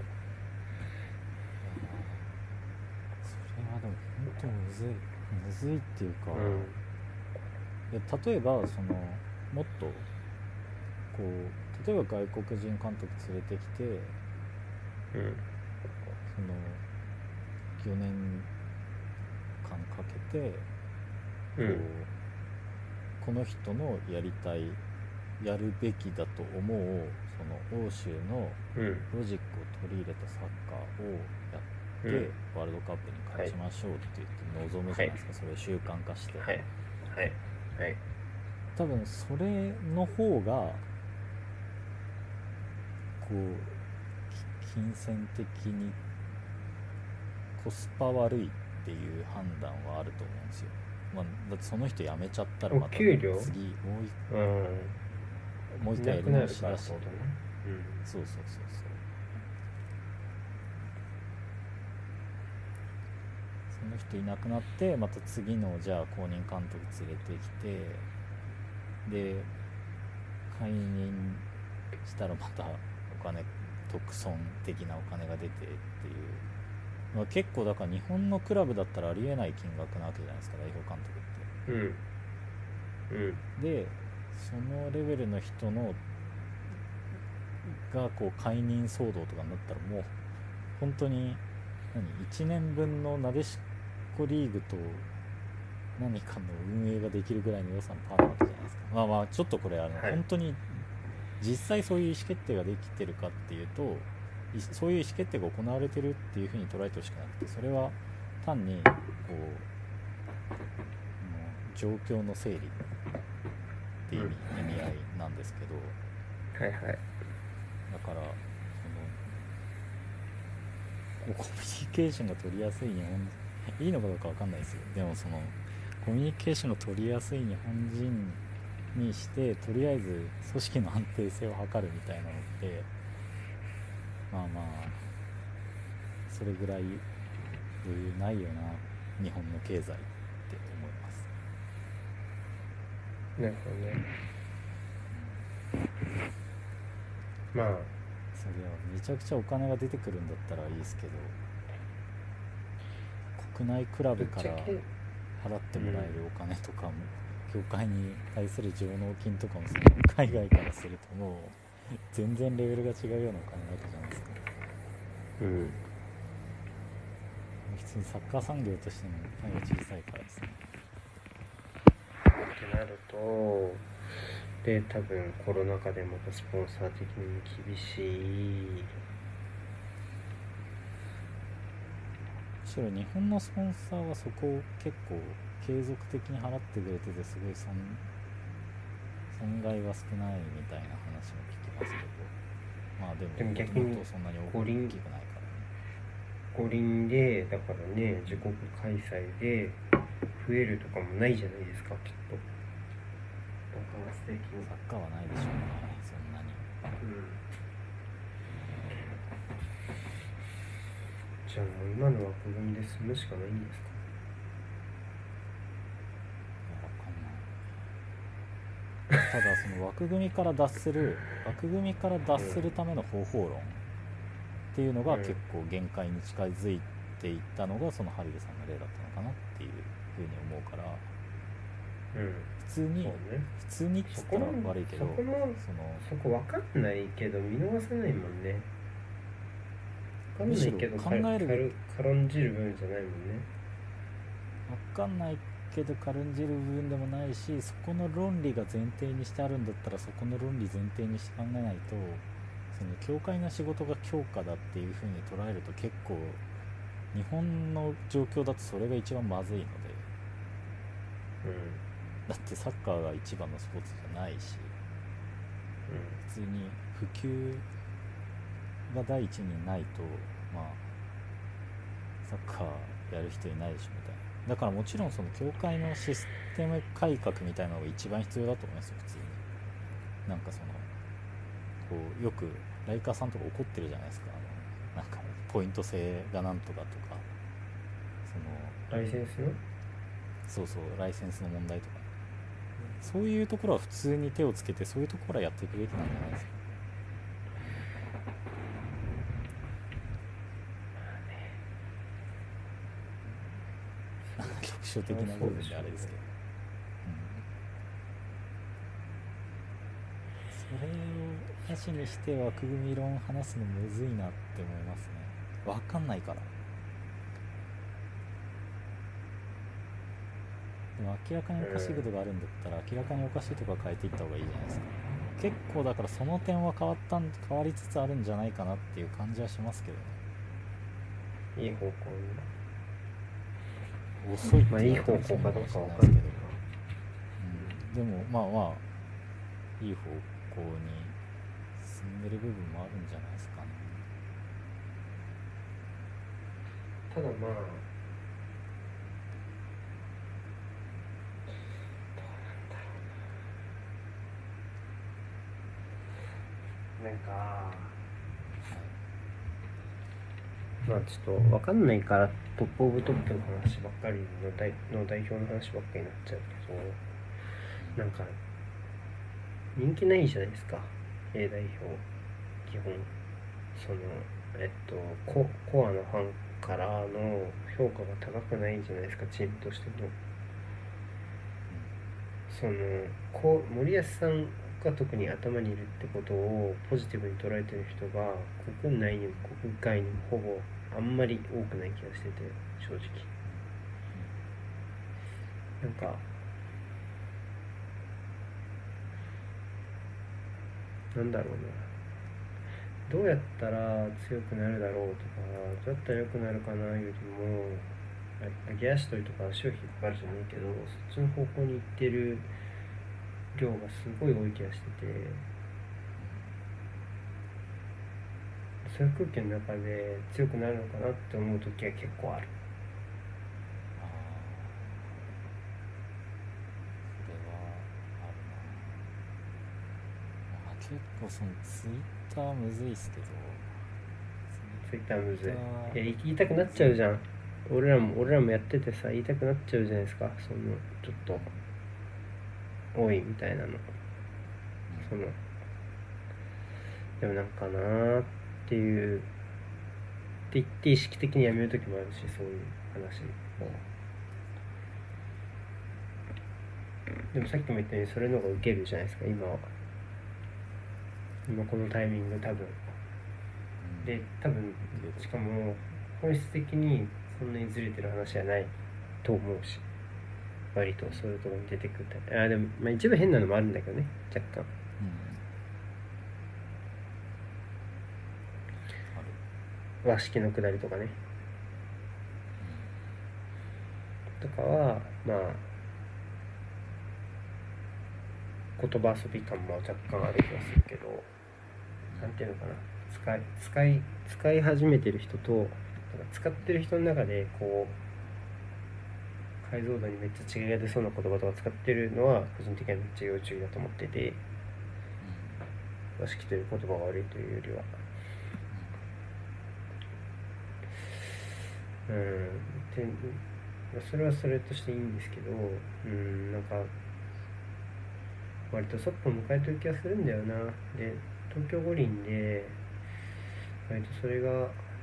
それはでも本当むずいむずいっていうか、 うん、 いや例えばそのもっとこう例えば外国人監督連れてきて、 うん、 そのよねんかんかけてこう、 うん、 この人のやりたいやるべきだと思うその欧州のロジックを取り入れたサッカーをやって、うん、ワールドカップに勝ちましょうって言って臨むじゃないですか、はい、それを習慣化して、 はいはいはい、 多分それの方がこう金銭的にコスパ悪いっていう判断はあると思うんですよ。まあ、だってその人辞めちゃったらまた次もう一、うん、もう一回やり直しだし、ね、うん、そうそうそうそう、その人いなくなってまた次のじゃあ公認監督連れてきてで解任したらまたお金特損的なお金が出てっていう、まあ、結構だから日本のクラブだったらありえない金額なわけじゃないですか代表監督って、 うんうん、 でそのレベルの人のがこう解任騒動とかになったらもう本当に何いちねんぶんのなでしこリーグと何かの運営ができるぐらいの予算パーなわけじゃないですか。まあまあちょっとこれあの、はい、本当に実際そういう意思決定ができてるかっていうとそういう意思決定が行われてるっていうふうに捉えてほしくなくて、それは単にこう状況の整理っていう意味、うん、意味合いなんですけど、 はいはい、 だからそのコミュニケーションが取りやすい日本人いいのかどうか分かんないですよ。でもそのコミュニケーションが取りやすい日本人にしてとりあえず組織の安定性を図るみたいなのってまあまあそれぐらい余裕ないよな日本の経済って思います。 なるほどね、うん、まあそれはめちゃくちゃお金が出てくるんだったらいいですけど、国内クラブから払ってもらえるお金とかも、うん、協会に対する上納金とかもその海外からするともう全然レベルが違うようなお金なわけじゃないですか。 うん。 普通にサッカー産業としてのパイが小さいからですね。 ってなると、で多分コロナ禍でまたスポンサー的にも厳しい。 むしろ日本のスポンサーはそこを結構継続的に払ってくれててすごい損損害は少ないみたいな話も聞きますけど、まあでもでも逆にそんなに大きくないからね。 五輪でだからね自国開催で増えるとかもないじゃないですかきっと。爆発的にサッカーはないでしょうねそんなに。うん。 じゃあもう今の枠組みで済むしかないんですか。 ただその枠組みから脱する枠組みから脱するための方法論っていうのが結構限界に近づいていったのがそのハリルさんの例だったのかなっていうふうに思うから、 うん、 普通に、ね、普通にっつったら悪いけどそこもそのそこ分かんないけど見逃せないもんね。分かんないけど考える軽んじる部分じゃないもんね。 分かんないけど軽んじる部分でもないし、そこの論理が前提にしてあるんだったらそこの論理前提にして考えないと、その教会の仕事が強化だっていう風に捉えると結構日本の状況だとそれが一番まずいので、うん、だってサッカーが一番のスポーツじゃないし、うん、普通に普及が第一にないとまあサッカーやる人いないでしょみたいな。だからもちろんその教会のシステム改革みたいなのが一番必要だと思いますよ普通に。なんかそのこうよくライカーさんとか怒ってるじゃないですか、あのなんかポイント制がなんとかとか、 そのライセンスのそうそうライセンスの問題とか、 そういうところは普通に手をつけて、そういうところはやっていくべきなんじゃないですか。局所的な部分であれですけど、うん、それをなしにして枠組み論話すのむずいなって思いますね。分かんないから。でも明らかにおかしいことがあるんだったら、明らかにおかしいとこは変えていった方がいいじゃないですか。結構だからその点は変わったん変わりつつあるんじゃないかなっていう感じはしますけどね。 いい方向に遅いってまあいい方向かどうかわかんないけど、 うん、でもまあまあいい方向に進んでる部分もあるんじゃないですかね。 ただまあなんか、まあちょっと分かんないからトップオブトップの話ばっかりの代の代表の話ばっかりになっちゃうけど、なんか人気ないじゃないですか A 代表基本。そのえっとココアのファンからの評価が高くないじゃないですか、チームとしても。そのこ森保さんが特に頭にいるってことをポジティブに捉えてる人が国内にも国外にもほぼあんまり多くない気がしてて、正直なんかなんだろうな、どうやったら強くなるだろうとか、どうやったら良くなるかなよりも、揚げ足取りとか足を引っ張るじゃないけど、そっちの方向に行ってる量がすごい多い気がしてて、そういう空気の中で強くなるのかなって思う時は結構ある。 ああ、それはあるな。まあ、結構そのツイッターむずいっすけど、 ツイッターむずい。いや言いたくなっむずいちゃうじゃん。俺らも俺らもやっててさ、言いたくなっちゃうじゃないですか、そのちょっと多いみたいなの。そのでもなんかなーっていうって言って意識的にやめる時もあるし、そういう話を。でもさっきも言ったようにそれの方がウケるじゃないですか、今は。今このタイミング多分で、多分しかも本質的にそんなにずれてる話じゃないと思うし、割とそういうところに出てくるタイプ。あでもまあ一部変なのもあるんだけどね、若干。和式のくだりとかね、とかはまあ言葉遊び感も若干ある気がするけど、なんていうのかな、使い使い使い始めてる人と使ってる人の中でこう解像度にめっちゃ違いが出そうな言葉とか使ってるのは個人的にはめっちゃ要注意だと思ってて、和式という言葉が悪いというよりは、うんでそれはそれとしていいんですけど、うんなんか割とそっぽ迎えてる気がするんだよな。で東京五輪で割とそれが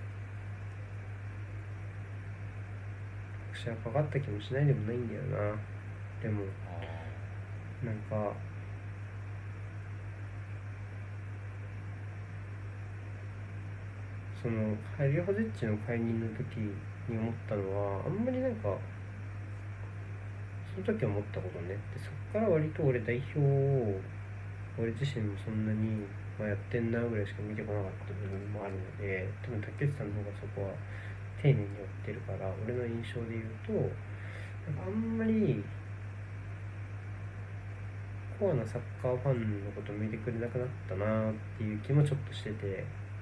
拍車がかかった気もしないでもないんだよな。でもなんかそのハリオホゼッチの解任の時に思ったのは、あんまりなんかその時思ったことねで、そっから割と俺代表を俺自身もそんなに、まあ、やってんなぐらいしか見てこなかった部分もあるので、多分竹内さんの方がそこは丁寧にやってるから、俺の印象で言うとなんかあんまりコアなサッカーファンのこと見てくれなくなったなっていう気もちょっとしてて、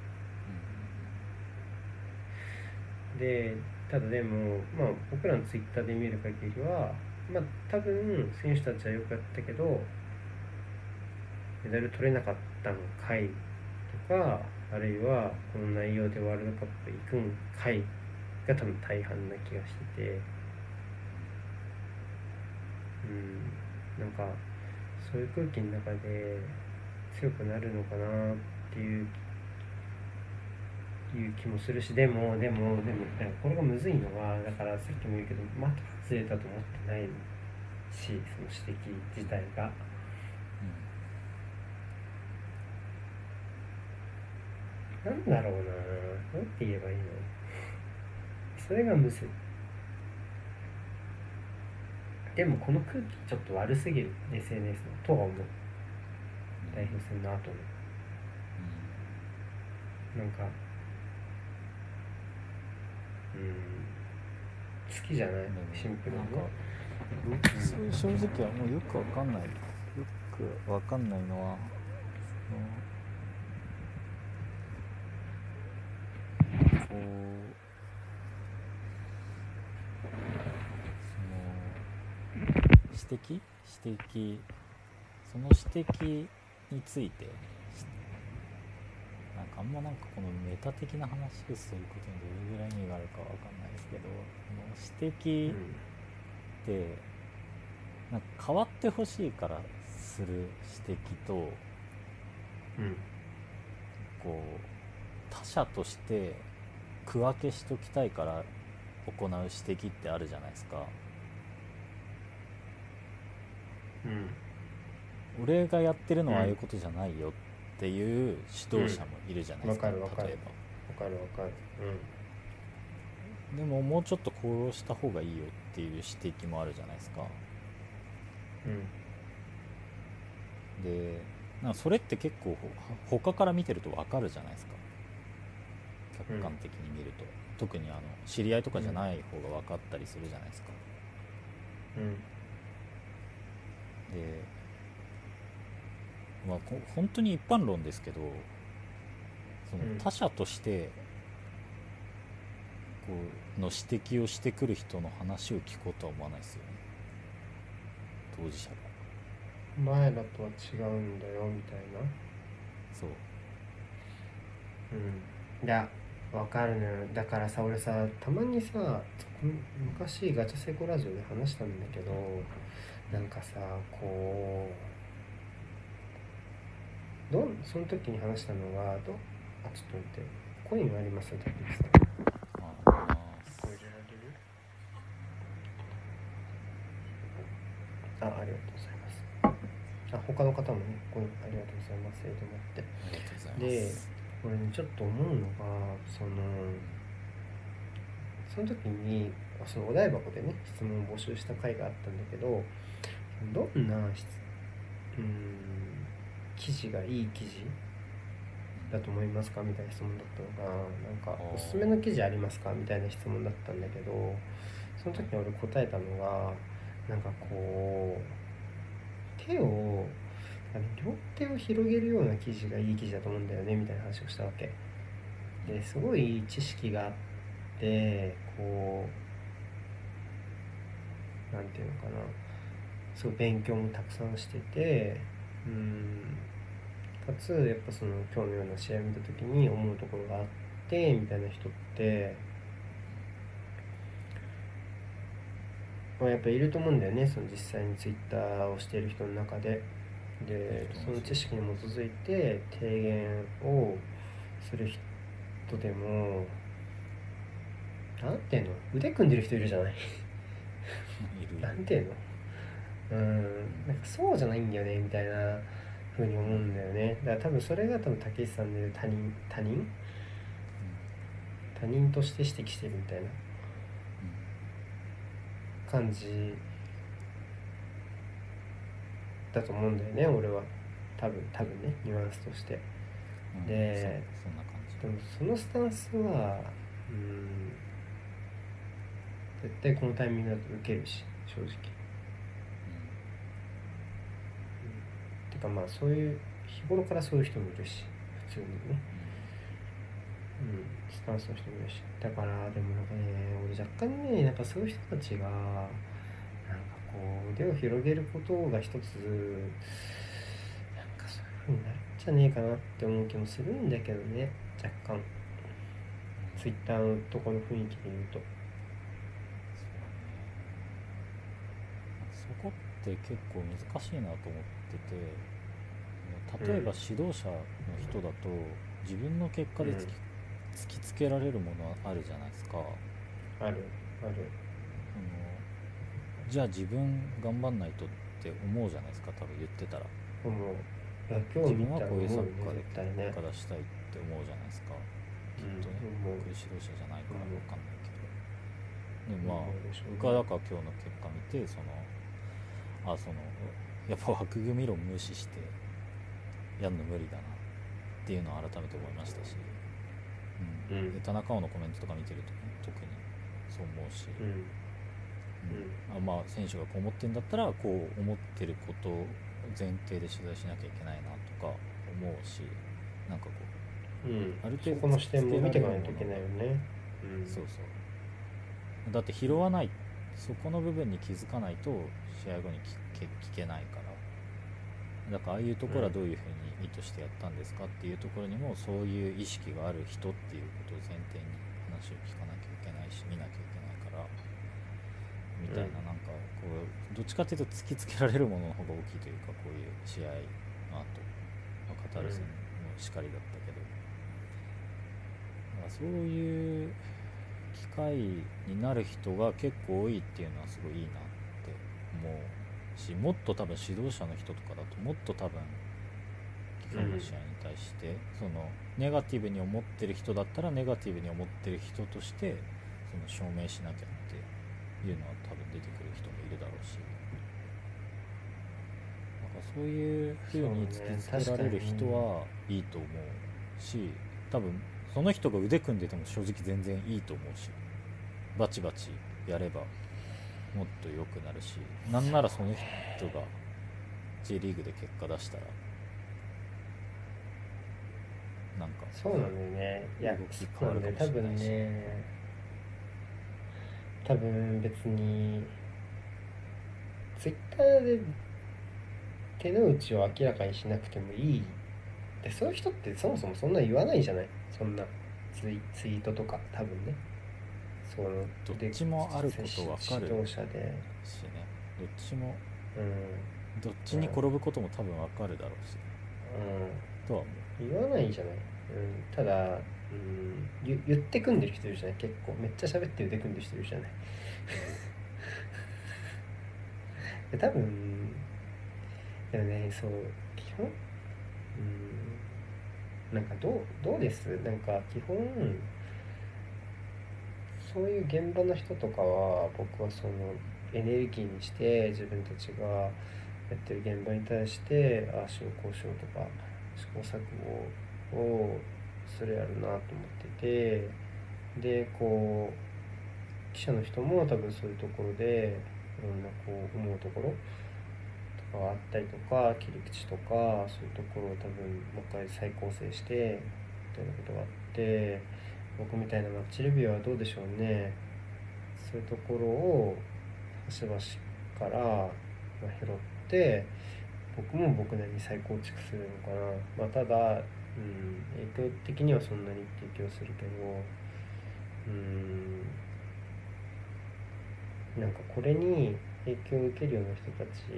でただでもまあ僕らのツイッターで見る限りは、まあ多分選手たちはよくやったけどメダル取れなかったんかいとか、あるいはこの内容でワールドカップ行くんかいが多分大半な気がしてて、うんなんかそういう空気の中で強くなるのかなっていういう気もするし、でもでもでもこれがむずいのは、だからさっきも言うけど的外れたと思ってないし、その指摘自体が、うん、なんだろうな、なんて言えばいいの、それがむずい。でもこの空気ちょっと悪すぎる エスエヌエス のとは思う。代表戦の後の、うん、なんかうん好きじゃない、シンプルに。 僕正直はもうよくわかんないよくわかんないのはこうその指摘指摘その指摘についてなんかあんまなんかこのメタ的な話をすることにどれぐらい意味があるかわかんないですけど、この指摘ってなんか変わってほしいからする指摘と、 うん、 こう他者として区分けしときたいから行う指摘ってあるじゃないですか。 うん、 俺がやってるのはああいうことじゃないよっていう指導者もいるじゃないですか、 うん、わかるわかる例えば。 わかるわかる、 うん、でももうちょっとこうした方がいいよっていう指摘もあるじゃないですか。 うん、 でなんかそれって結構他から見てると分かるじゃないですか、客観的に見ると、うん、特にあの知り合いとかじゃない方が分かったりするじゃないですか。 うん、 で、まあ、本当に一般論ですけど、その他者としてこうの指摘をしてくる人の話を聞こうとは思わないですよね、当事者が。 前らとは違うんだよみたいな。 そう、 うん、いやわかるのよ。だからさ、俺さたまにさ、昔ガチャセコラジオで話したんだけど、なんかさこうどその時に話したのが、どあちょっと待って、コインありますよタピーさん。 あこれ入れられる？あ、ありがとうございます。あ、他の方もね、コインありがとうございますと思って。 ありがとうございます。 で、俺ねちょっと思うのが、そのその時にそのお題箱でね質問を募集した回があったんだけど、どんな質うん記事がいい記事だと思いますかみたいな質問だったのが、なんかおすすめの記事ありますかみたいな質問だったんだけど、その時に俺答えたのが、なんかこう手を両手を広げるような記事がいい記事だと思うんだよねみたいな話をしたわけですごい知識があって、こうなんていうのかな、すごい勉強もたくさんしてて、うんかつやっぱその今日のような試合を見た時に思うところがあってみたいな人って、まあ、やっぱいると思うんだよね、その実際にツイッターをしている人の中で。でその知識に基づいて提言をする人でも、なんていうの、腕組んでる人いるじゃないなんていうの、うん、なんかそうじゃないんだよねみたいな風に思うんだよね。だから多分それが多分たけしさんで他人他人他人として指摘してるみたいな感じだと思うんだよね、俺は。多分多分ね、ニュアンスとして。で、 そんな感じ。 でもそのスタンスは、うん、絶対このタイミングだと受けるし、正直。うん、てかまあそういう日頃からそういう人もいるし、普通にね。うん、スタンスの人もいるし、だからでもなんかね、俺若干ね、なんかそういう人たちがなんかこう腕を広げることが一つなんかそういう風になるんじゃねえかなって思う気もするんだけどね、若干ツイッターのとこの雰囲気で言うと。 そこって結構難しいなと思ってて、例えば指導者の人だと自分の結果で突き、突きつけられるものはあるじゃないですか。 あるある。 そのじゃあ自分頑張んないとって思うじゃないですか、多分言ってたら。 思う。いや今日見自分はたら思うよね、 こういうサッカーで絶対ね。 結果出したいって思うじゃないですか、きっとね。 うん、思う。 僕指導者じゃないからうん分かんないけど、でもまあ思うでしょうね。 僕はだから今日の結果見て、そのあそのやっぱ枠組み論無視してやるの無理だなっていうのを改めて思いましたし、うん、 うんで田中碧のコメントとか見てると、ね、特にそう思うし、 うんうん、あまあ選手がこう思ってるんだったらこう思ってることを前提で取材しなきゃいけないなとか思うし、なんかこう、 うん、 ある程度そこの視点も見ていかないとい突きつけられるものが、 けないよね。うん、 そうそうだって拾わない、そこの部分に気づかないと試合後に聞け、聞けないから。だからああいうところはどういうふうに意図してやったんですかっていうところにもそういう意識がある人っていうことを前提に話を聞かなきゃいけないし見なきゃいけないからみたいな、なんかこうどっちかっていうと突きつけられるものの方が大きいというか、こういう試合の後、まあ、カタール戦もしかりだったけど、まあ、そういう機会になる人が結構多いっていうのはすごいいいなって思うし、もっと多分指導者の人とかだともっと多分今日の試合に対して、そのネガティブに思ってる人だったらネガティブに思ってる人としてその証明しなきゃっていうのは多分出てくる人もいるだろうし、なんかそういう風に突きつけられる人はいいと思うし、多分その人が腕組んでても正直全然いいと思うし、バチバチやればもっと良くなるし、なんならその人が J リーグで結果出したらなんかそうなんだよね。いや、 動きそう変わるかなんだよ。多分もしれないし、 ね、多分別にツイッターで手の内を明らかにしなくてもいい。で、そういう人ってそもそもそんな言わないじゃない。そんなツイ、ツイートとか多分ね。そのどっでちもあること分かる指導者で、 しね、どっちもうんどっちに転ぶことも多分分かるだろうし、 うとは思ん、言わないじゃない。うん、ただ、うん、言言って組んでる人いるじゃない。結構めっちゃ喋って腕組んでる人いるじゃない。で多分でもね、そう基本、うん、なんかどうどうですなんか基本そういう現場の人とかは、僕はそのエネルギーにして自分たちがやってる現場に対してああしようこうしようとか試行錯誤をそれやるなと思ってて、でこう記者の人も多分そういうところでいろんなこう思うところとかあったりとか切り口とかそういうところを多分もう一回再構成してみたいなことがあって、僕みたいなマッチレビューはどうでしょうね。そういうところを端々から拾って僕も僕なりに再構築するのかな。まあ、ただ、うん、影響的にはそんなに影響するけど、うん、なんかこれに影響を受けるような人たち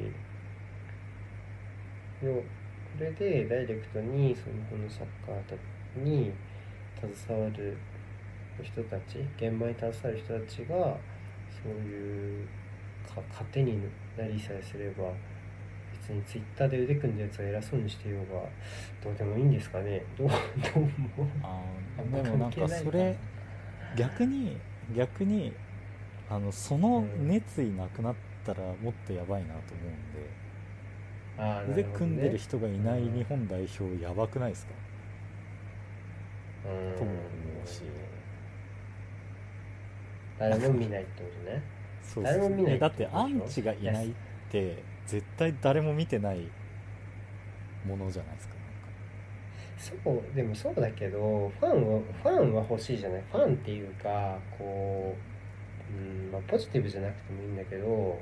をこれでダイレクトにそのこのサッカーに携わる人たち、現場に携わる人たちがそういうか糧になりさえすれば、別にツイッターで腕組んだやつが偉そうにしてようがどうでもいいんですかね。どうどうもああんまでもなん関係ないかかそれ逆に逆にあのその熱意なくなったらもっとやばいなと思うんで、 うん、あ腕組んでる人がいない日本代表やばくないですか、 うん、 とも思うし、 誰も見ないってことね。 そう誰も見ないだっってことでしょ。 てアンチがいないって絶対誰も見てないものじゃないですか。 そうでもそうだけど、ファンをファンは欲しいじゃない。ファンっていうかこう、うんまあ、ポジティブじゃなくてもいいんだけど、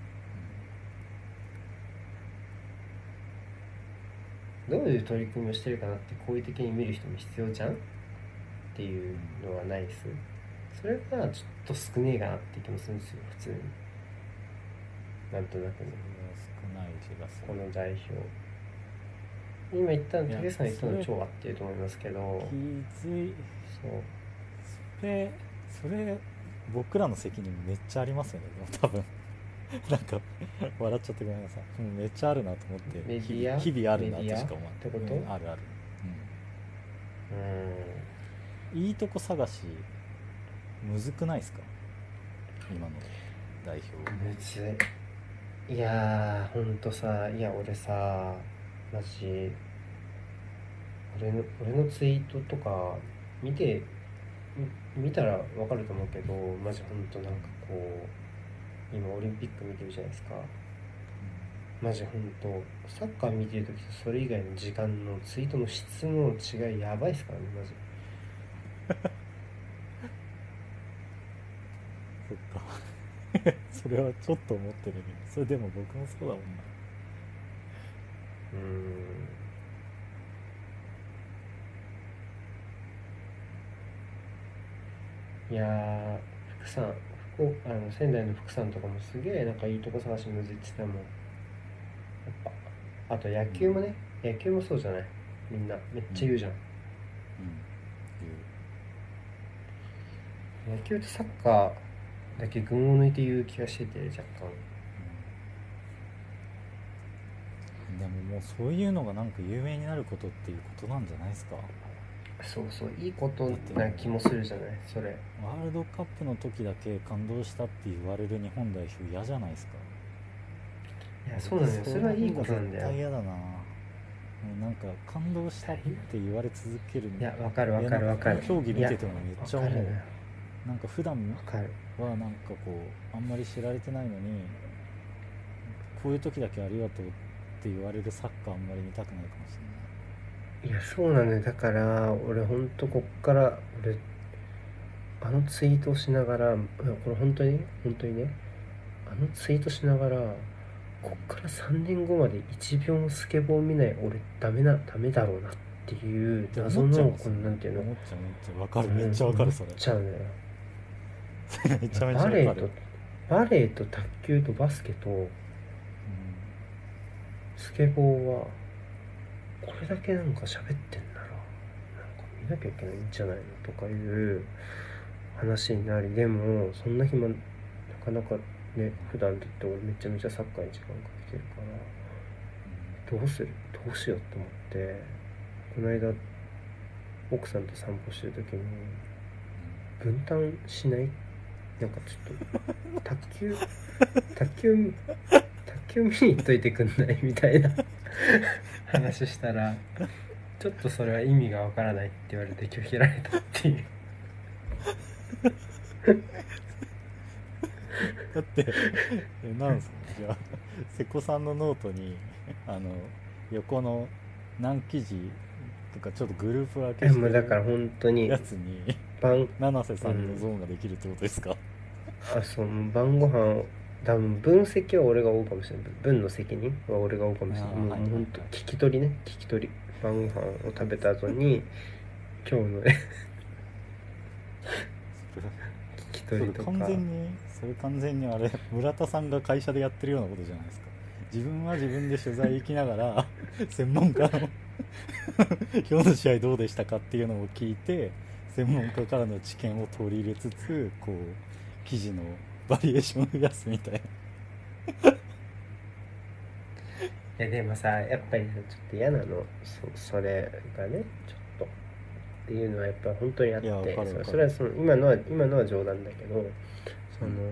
どういう取り組みをしてるかなって好意的に見る人も必要じゃんっていうのはないです。それがちょっと少ねえかなって気もするんですよ、普通に。なんとなくね。 それは少ない気がする。 この代表今言ったの、 いや竹さん言ったのそれ超合ってると思いますけど、 気づいそうそれそれ僕らの責任めっちゃありますよね。でも多分なんか笑っちゃってごめんなさい。もうめっちゃあるなと思って、 メデ日ィア 々日々あるなメディアっとしか思わない。 てこと？ うんあるある、 ううん、いいとこ探しむずくないですか今の代表。 んむずい。いやーほんとさ、いや俺さマジ俺の俺のツイートとか見てみ見たらわかると思うけど、マジほんとなんかこう今オリンピック見てるじゃないですか。マジほんとサッカー見てる時とそれ以外の時間のツイートの質の違いやばいっすからねマジ。 そっかそれはちょっと思ってるけど、それでも僕もそうだもんな。 うーんいやー福さん、福岡あの仙台の福さんとかもすげえなんかいいとこ探しむずいって言ってたもんやっぱ。あと野球もね、野球もそうじゃない、みんなめっうんちゃ言うじゃん。 うん野球とサッカーだけ群を抜いて言う気がしてて若干。 うん、でももうそういうのがなんか有名になることっていうことなんじゃないですか。 そうそういいことだってもうな気もするじゃないそれ。 ワールドカップの時だけ感動したって言われる日本代表嫌じゃないですか。 いやそうなのよ、それはいいことなんだよ。 絶対嫌だな。もうなんか感動したって言われ続ける。 いやわかるわかるわかる。 競技見ててもめっちゃ思う。 いやわかるなんか普段わかる。 はなんかこうあんまり知られてないのに、こういう時だけありがとうって言われるサッカーあんまり見たくないかもしいやそうなのよ、だから俺ほんとこっから俺あのツイートをしながら、いやこれ本当に本当にね、あのツイートしながらこっからさんねんごまでいちびょうもスケボー見ない俺ダメなダメだろうなっていうれない。 謎のこ思っちゃいますよね。 のなんていうの、 思っちゃう思っちゃう。わかる、めっちゃわかるそれ。 思っちゃうのよ。 めちゃめちゃわかる。 バレーとバレーと卓球とバスケとスケボーはこれだけなんか喋ってんならなんか見なきゃいけないんじゃないのとかいう話になり、でもそんな暇なかなかね、普段だって俺めちゃめちゃサッカーに時間かけてるからどうするどうしようと思って、この間奥さんと散歩してる時に分担しない、なんかちょっと卓球卓球卓球見に行っといてくんないみたいな話したら、ちょっとそれは意味がわからないって言われて拒否られたっていうだってえなんすかじゃあ瀬古さんのノートにあの横の何記事とかちょっとグループ分けえしてもうだからる本当にやつに晩七瀬さんのゾーンができるってことですか。 あその晩ご飯を多分分析は俺が負うかもしれない、分の責任は俺が負うかもしれない、もう、 あーはいはいはいもうほんと聞き取りね聞き取り、晩ご飯を食べた後に今日のね聞きそれ取りとか。 完全にそれ完全にあれ村田さんが会社でやってるようなことじゃないですか。自分は自分で取材行きながら専門家の今日の試合どうでしたかっていうのを聞いて、専門家からの知見を取り入れつつこう記事のバリエーションを増やすみたいな。 いやでもさやっぱりさちょっと嫌なの、そそれがねちょっとっていうのはやっぱ本当にあっいやわかて、 るわかるそそれはその今のは今のは冗談だけど、その、 うん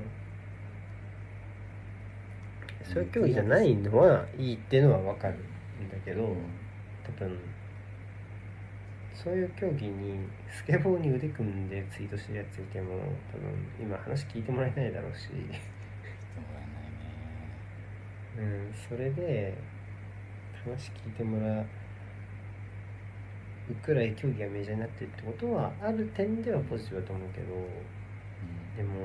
そういう競技じゃないのはいいっていうのは分かるんだけど、 うん多分そういう競技にスケボーに腕組んでツイートしてるやついても多分今話聞いてもらえないだろうしでもらえないね。 うん、それで話聞いてもらうくらい競技がメジャーになってるってことはある点ではポジティブだと思うけど、でも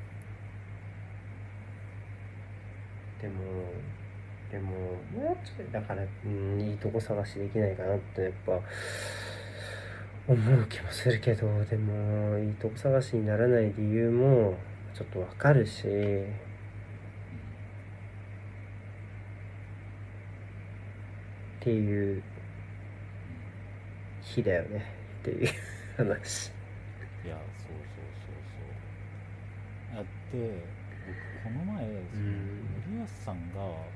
でもでももうちょいだから、うん、いいとこ探しできないかなってやっぱ思う気もするけど、でもいいとこ探しにならない理由もちょっとわかるし、 ていう日だよねっていう話。 いや、そうそうそうそう。やって僕この前その森保さんがこ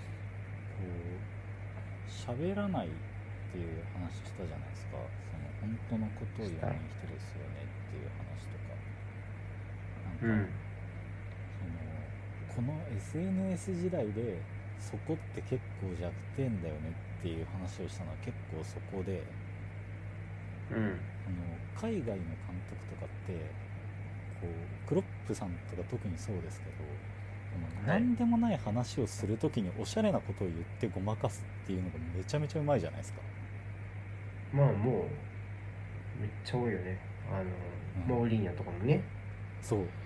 う喋らないっていう話したじゃないですか。その本当のことを言わない人ですよねっていう話とか、なんか、 うんそのこの エスエヌエス 時代でそこって結構弱点だよねっていう話をしたのは結構そこで、 うんあの海外の監督とかってこうクロップさんとか特にそうですけど、あのはい何でもない話をするときにおしゃれなことを言ってごまかすっていうのがめちゃめちゃうまいじゃないですか。 まあもうめっちゃ多いよね。あの、 うんモーリーニャとかもね。 そううん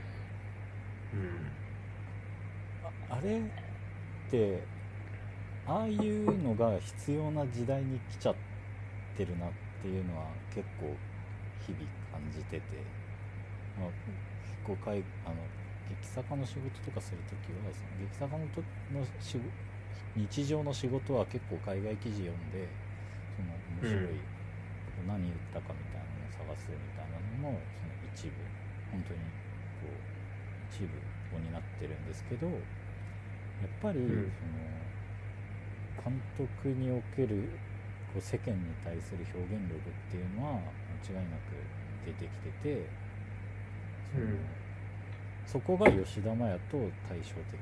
あ、あれってああいうのが必要な時代に来ちゃってるなっていうのは結構日々感じてて、まあ、結構かいあの劇作家の仕事とかするときはその劇作家のとの仕事日常の仕事は結構海外記事読んでその面白い、うん、何言ったかみたいなのを探すみたいなのもその一部本当にこう一部を担ってるんですけど、やっぱり、 うん、 その監督におけるこう世間に対する表現力っていうのは間違いなく出てきてて、その、 うん、 そこが吉田麻也と対照的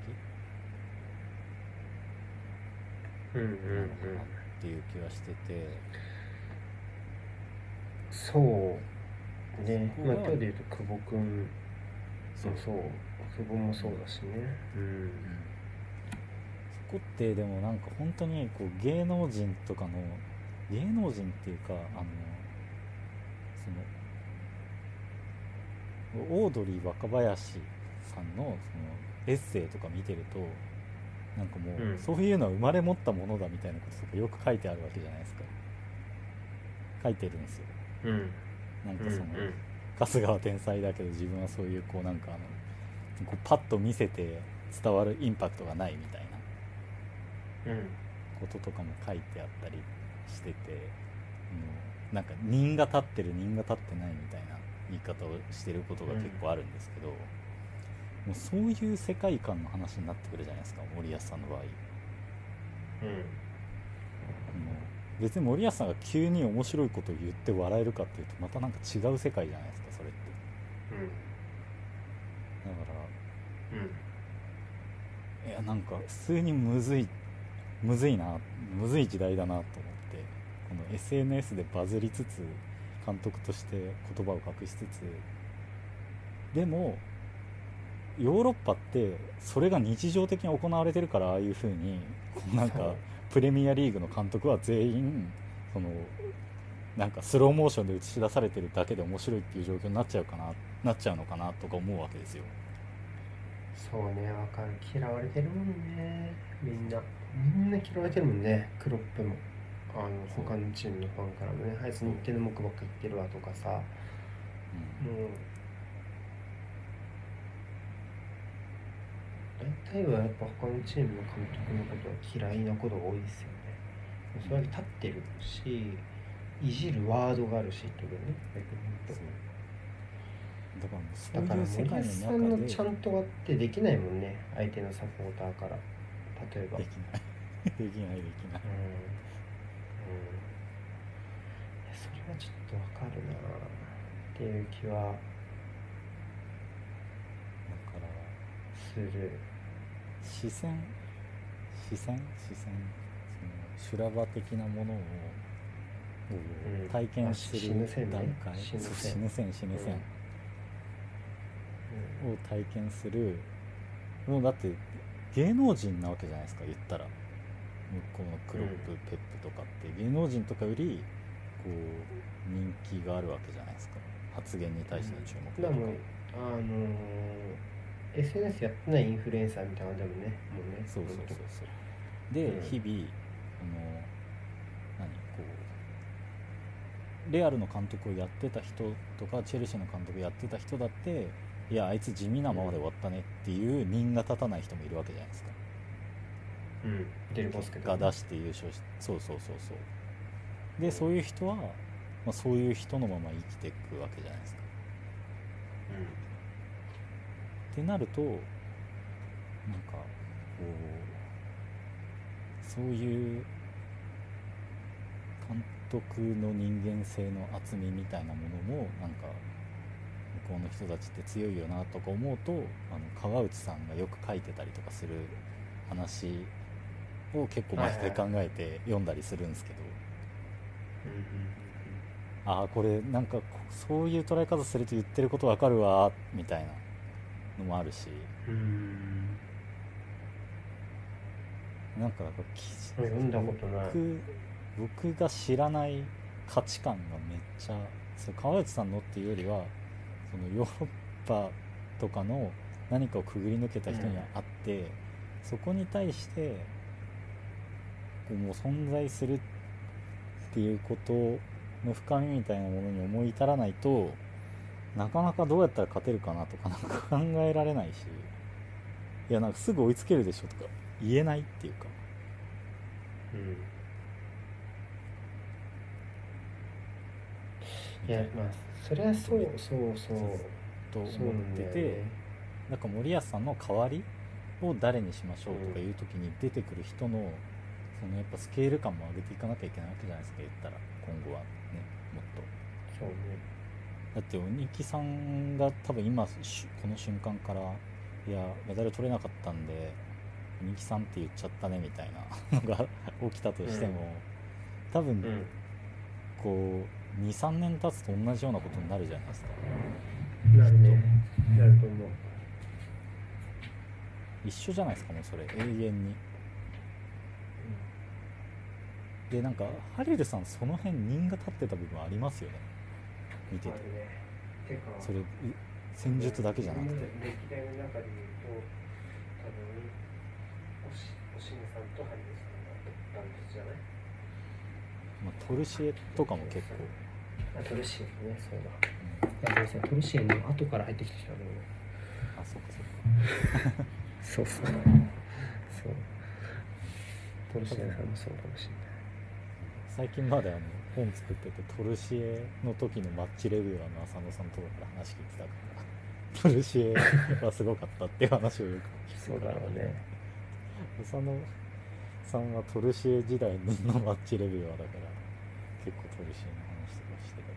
うんうんうんなのかなっていう気はしてて、 そうね。まあ今日で言うと久保くんもそうそう、久保もそうだしね。うん、 うん、そこってでもなんか本当にこう芸能人とかの芸能人っていうか、あのそのオードリー若林さんのそのエッセイとか見てるとなんかもう、 うんそういうのは生まれ持ったものだみたいなこととかよく書いてあるわけじゃないですか。書いてるんですよ。 うんなんかその、 うん春日は天才だけど自分はそういうこうなんかあのこうパッと見せて伝わるインパクトがないみたいなうんこととかも書いてあったりしてて、うん、なんか人が立ってる人が立ってないみたいな言い方をしてることが結構あるんですけど、もうそういう世界観の話になってくるじゃないですか、森保さんの場合。もうんう別に森保さんが急に面白いことを言って笑えるかっていうとまたなんか違う世界じゃないですか、それって。だからうんいやなんか普通にむずいむずいなむずい時代だなと思って、この エスエヌエス でバズりつつ監督として言葉を隠しつつ、でもヨーロッパってそれが日常的に行われてるからああいう風にこうなんかプレミアリーグの監督は全員そのなんかスローモーションで映し出されてるだけで面白いっていう状況になっちゃうかななっちゃうのかなとか思うわけですよ。 そうね、わかる。嫌われてるもんね。みんなみんな嫌われてるもんね。クロップもあのそう他のチームのファンからもね、あいつ日程の文句ばっか言ってるわとかさ、もう大体はやっぱ他のチームの監督のことは嫌いなことが多いですよね。それだけ立ってるし、いじるワードがあるしってことね、逆に言うと。 だからもうそうだからいう世界森保さの中でんのちゃんとはってできないもんね、相手のサポーターから。例えばできないできないできない、 うん、うん、いやそれはちょっとわかるなっていう気はだからする。 視線視線視線その修羅場的なものをうん体験するあ死ぬ線ね段階、 死ぬ線そう死ぬ線死ぬ線うんを体験する、もうだって芸能人なわけじゃないですか、言ったら向こうのクロップ、 うんペップとかって芸能人とかよりこう人気があるわけじゃないですか、発言に対しての注目とか、 だからもうあのー エスエヌエス やってないインフルエンサーみたいなのでもね、もうね、 そうそうそうほんとそうで、 うん日々あの何こうレアルの監督をやってた人とかチェルシーの監督やってた人だっていやあいつ地味なままで終わったねっていう人が立たない人もいるわけじゃないですか。 うん、出るバスケが出して優勝し、そうそうそうそう。でそういう人は、まあ、そういう人のまま生きていくわけじゃないですか。ってなるとなんかこうそういう監督の人間性の厚みみたいなものもなんか向こうの人たちって強いよなとか思うと、あの川内さんがよく書いてたりとかする話を結構毎回考えて読んだりするんですけど、ああこれなんかそういう捉え方すると言ってることわかるわみたいなのもあるし、 うん、 なんか読んだことない。 僕僕が知らない価値観がめっちゃ、そう川内さんのっていうよりはそのヨーロッパとかの何かをくぐり抜けた人にあって、うん、そこに対してもう存在するっていうことの深みみたいなものに思い至らないとなかなかどうやったら勝てるかなとかなんか考えられないし、いやなんかすぐ追いつけるでしょとか言えないっていうか、 うん、いやまあそれはそうそうそうと思ってて、ね、なんか森保さんの代わりを誰にしましょうとかいう時に出てくる人のそのやっぱスケール感も上げていかなきゃいけないわけじゃないですか、言ったら今後はね、もっとそうね。 だって鬼木さんが多分今この瞬間からいやメダル取れなかったんで鬼木さんって言っちゃったねみたいなのが起きたとしても、うん、多分、うん、こう にさんねん経つと同じようなことになるじゃないですか。 なるね、なると思う。 一緒じゃないですかもうそれ永遠に、うん、でなんかハリルさんその辺人が立ってた部分ありますよね見てて、ね、それ戦術だけじゃなくて歴代の中で言うと多分おしめさんとハリルさんがダントツじゃない、 まあ、トルシエとかも結構あトルシエね、そうだ、うん、いやトルシエの後から入ってきた人だけど、 あそっかそっかそうそうそうトルシエさんもそうかもしれない。 最近まであの本作っててトルシエの時のマッチレビューアーの浅野さんとかから話聞いてたからトルシエはすごかったっていう話をよく聞くからそうだろうね。 浅野さんはトルシエ時代のマッチレビューアーだから結構トルシエの話とかして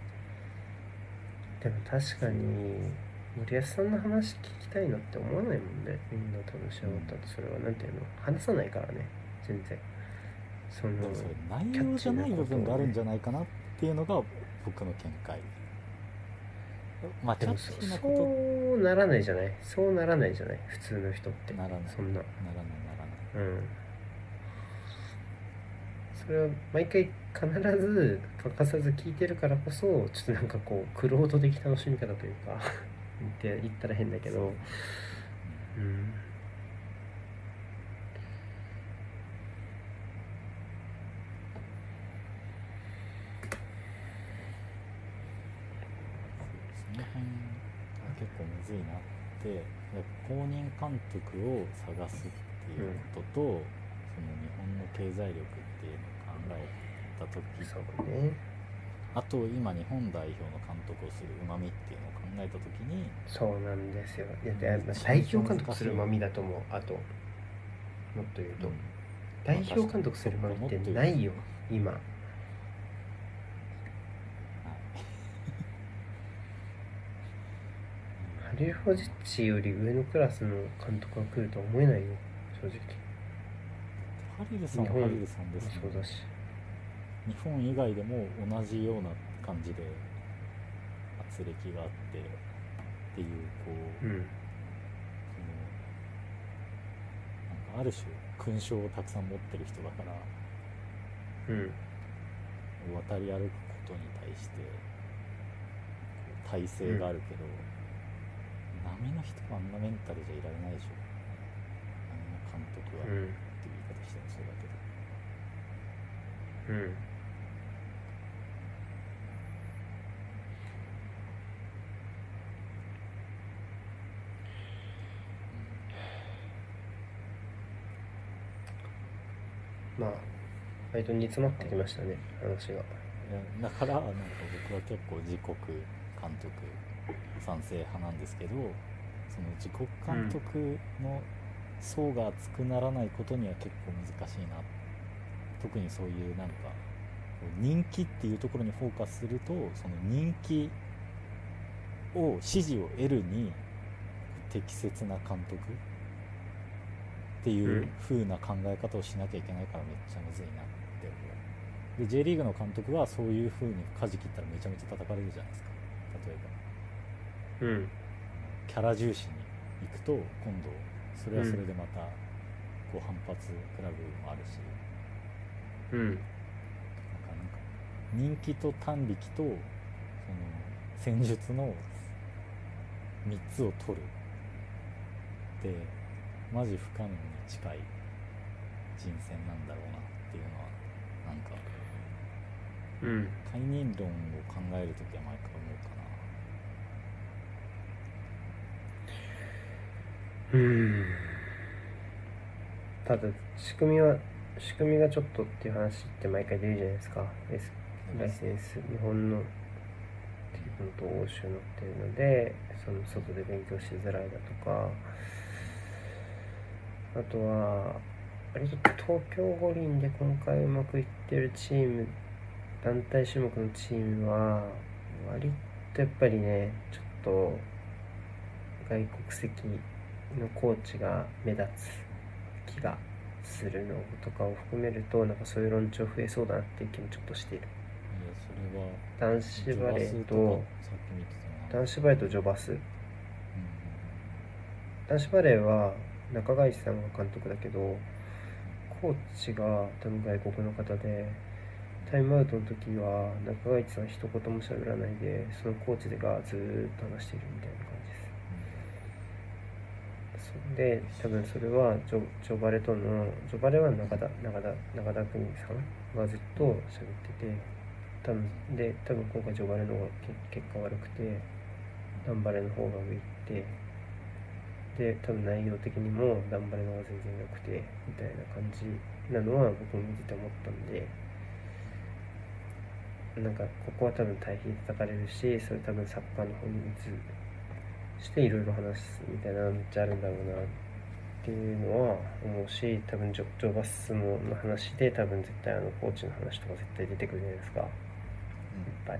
たけど、でも確かに森保さんの話聞きたいなって思わないもんね、みんなトルシエ終わった後。それはなんていうの、話さないからね全然。 そのでもそれ内容じゃない部分があるんじゃないかなっていうのが僕の見解。 まあでもそそうならないじゃない、そうならないじゃない普通の人って。 ならない、 そんなならないならない、 うん、それは毎回必ず欠かさず聞いてるからこそちょっとなんかこう玄人的楽しみ方というか言って言ったら変だけど、うん、 その辺結構むずいなって。公認監督を探すっていうことと、うん、その日本の経済力っていうのを考えた時、 そうね、 あと今日本代表の監督をするうまみっていうのを考えた時に、 そうなんですよ。いや代表監督するうまみだと思う。あともっと言うと、うん、代表監督するうまみってないよ今。ハリルホジッチより上のクラスの監督が来るとは思えないよ正直。 ハリルさんはハリルさんですね。 そうだし日本以外でも同じような感じで圧力があってっていうこう、うん、そのなんかある種勲章をたくさん持ってる人だから、うん、渡り歩くことに対して体制があるけど、うん、波の人はあんなメンタルじゃいられないでしょ、あんな監督は、うん、っていう言い方してもそうだけど、うん、 まあ割と煮詰まってきましたね、話が。 いやだからなんか僕は結構自国監督賛成派なんですけど、その自国監督の層が厚くならないことには結構難しいな。特にそういうなんか人気っていうところにフォーカスすると、その人気を支持を得るに適切な監督っていう風な考え方をしなきゃいけないから、めっちゃむずいなって思う。で J リーグの監督はそういう風に舵切ったらめちゃめちゃ叩かれるじゃないですか。例えば、うん、キャラ重視に行くと今度それはそれでまたこう反発クラブもあるし、 うん、なんかなんか人気と短力とその戦術のみっつを取るってマジ不可能に近い人選なんだろうなっていうのはなんか、 うん、 解任論を考えるときは毎回思うかな。うん。ただ仕組みは仕組みがちょっとっていう話って毎回出るじゃないですか。ライセンス日本の日本と欧州のっていうので、その外で勉強しづらいだとか、あとは割と東京五輪で今回うまくいってるチーム、団体種目のチームは割とやっぱりね、ちょっと外国籍のコーチが目立つ気がするのとかを含めると、なんかそういう論調増えそうだなっていう気もちょっとしている。 いやそれは男子バレーとさっき見てた男子バレーとジョバス、うん、男子バレーは中垣内さんが監督だけど、コーチが多分外国の方で、タイムアウトの時は中垣内さん一言も喋らないで、そのコーチでがずーっと話しているみたいな感じです。で多分それはジョ、ジョバレとのジョバレは中田中田中田邦さんがずっと喋ってて、多分で多分今回ジョバレの方が結果悪くて、ダンバレの方が上行って、で多分内容的にもダンバレの方が全然良くてみたいな感じなのは僕も見てて思ったんで、なんかここは多分対比叩かれるし、それ多分サッカーの方に移していろいろ話すみたいなのめっちゃあるんだろうなっていうのは思うし、多分ジョジョバスの話で多分絶対あのコーチの話とか絶対出てくるじゃないですか、いっぱい、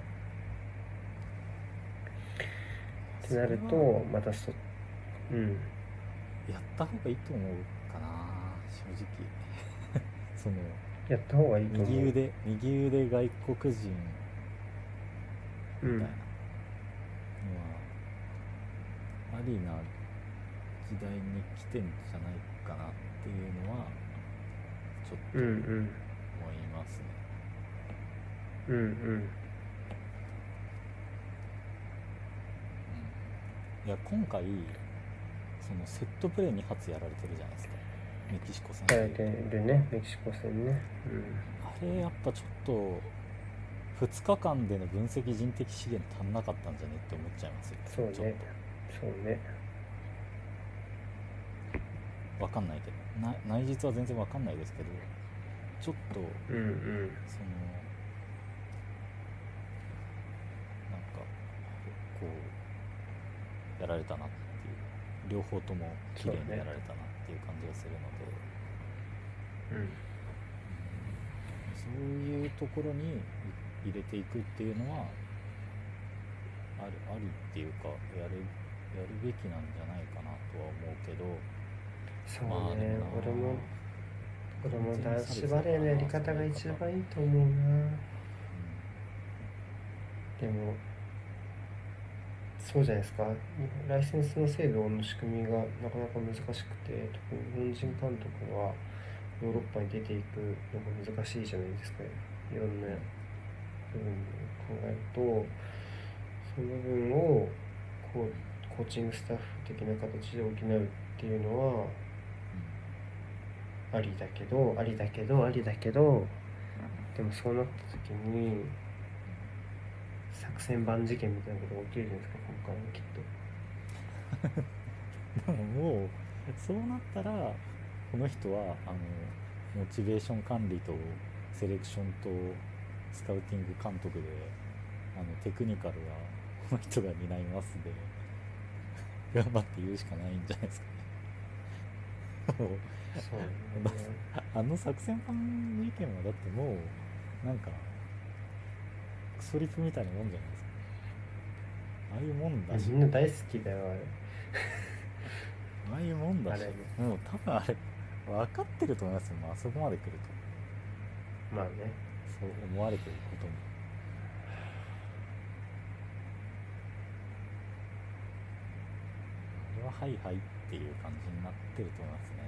ってなるとまたそうんやった方がいいと思うかな正直そのやった方がいいと思う。 右腕右腕外国人みたいなのは、うん、ありな時代に来てんじゃないかなっていうのはちょっと思いますね。 うんうん、うんうん、 いや今回そのセットプレーに発やられてるじゃないですか、メキシコ戦で。 やられてるね、メキシコ戦ね、うん、 あれやっぱちょっとふつかかんでの分析人的資源足んなかったんじゃねって思っちゃいますよ。 そうねそうね、 分かんないけどな、内実は全然分かんないですけど、ちょっと、 うんうん、 そのなんかこうやられたなっていう、両方とも綺麗にやられたなっていう感じがするので、そう、ね、うん、そういうところに入れていくっていうのはあるありっていうか、やるやるべきなんじゃないかなとは思うけど、 そうね、まあ、俺も俺も男子バレーのやり方が一番いいと思うな、うん、でもそうじゃないですか、ライセンスの制度の仕組みがなかなか難しくて、特に日本人監督はヨーロッパに出ていくのが難しいじゃないですか、いろんな部分を考えると、その部分をこうコーチングスタッフ的な形で補うっていうのはありだけどありだけどありだけどでもそうなった時に作戦万事件みたいなことが起きるじゃないですか、今回もきっとでももうそうなったらこの人はあのモチベーション管理とセレクションとスカウティング監督で、あのテクニカルはこの人が担いますで頑張って言うしかないんじゃないですかね。 そうねあの作戦班事件はだってもうなんかクソリプみたいなもんじゃないですか。ああいうもんだし、 みんな大好きだよあれああいうもんだし、 あれもう多分あれ分かってると思いますよ、もうあそこまで来ると。 まあねそう思われてることも。あれははいはいっていう感じになってると思いますね。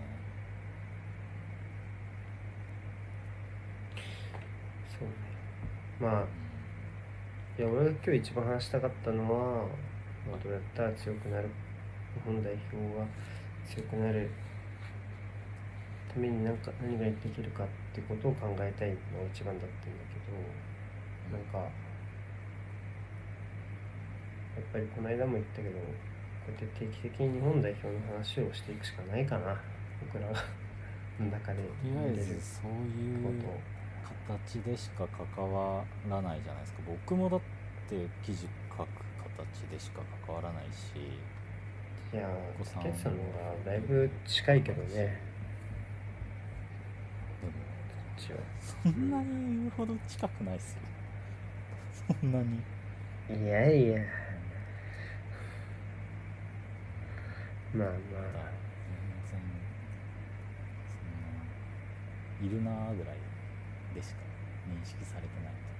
そうねまあいや俺が今日一番話したかったのは、まあ、どうやったら強くなる日本代表が強くなるために何か何ができるかってことを考えたいのが一番だったんだけど、なんかやっぱりこの間も言ったけど、こうやって定期的に日本代表の話をしていくしかないかな、僕らがの中でとりあえずそういう形でしか関わらないじゃないですか。僕もだって記事書く形でしか関わらないし、 いやお子さん竹内さんの方がだいぶ近いけどね。 でもこっちはそんなに言うほど近くないっすよそんなに。 いやいやまあまあ全然そんないるなーぐらいでしか認識されてないと思い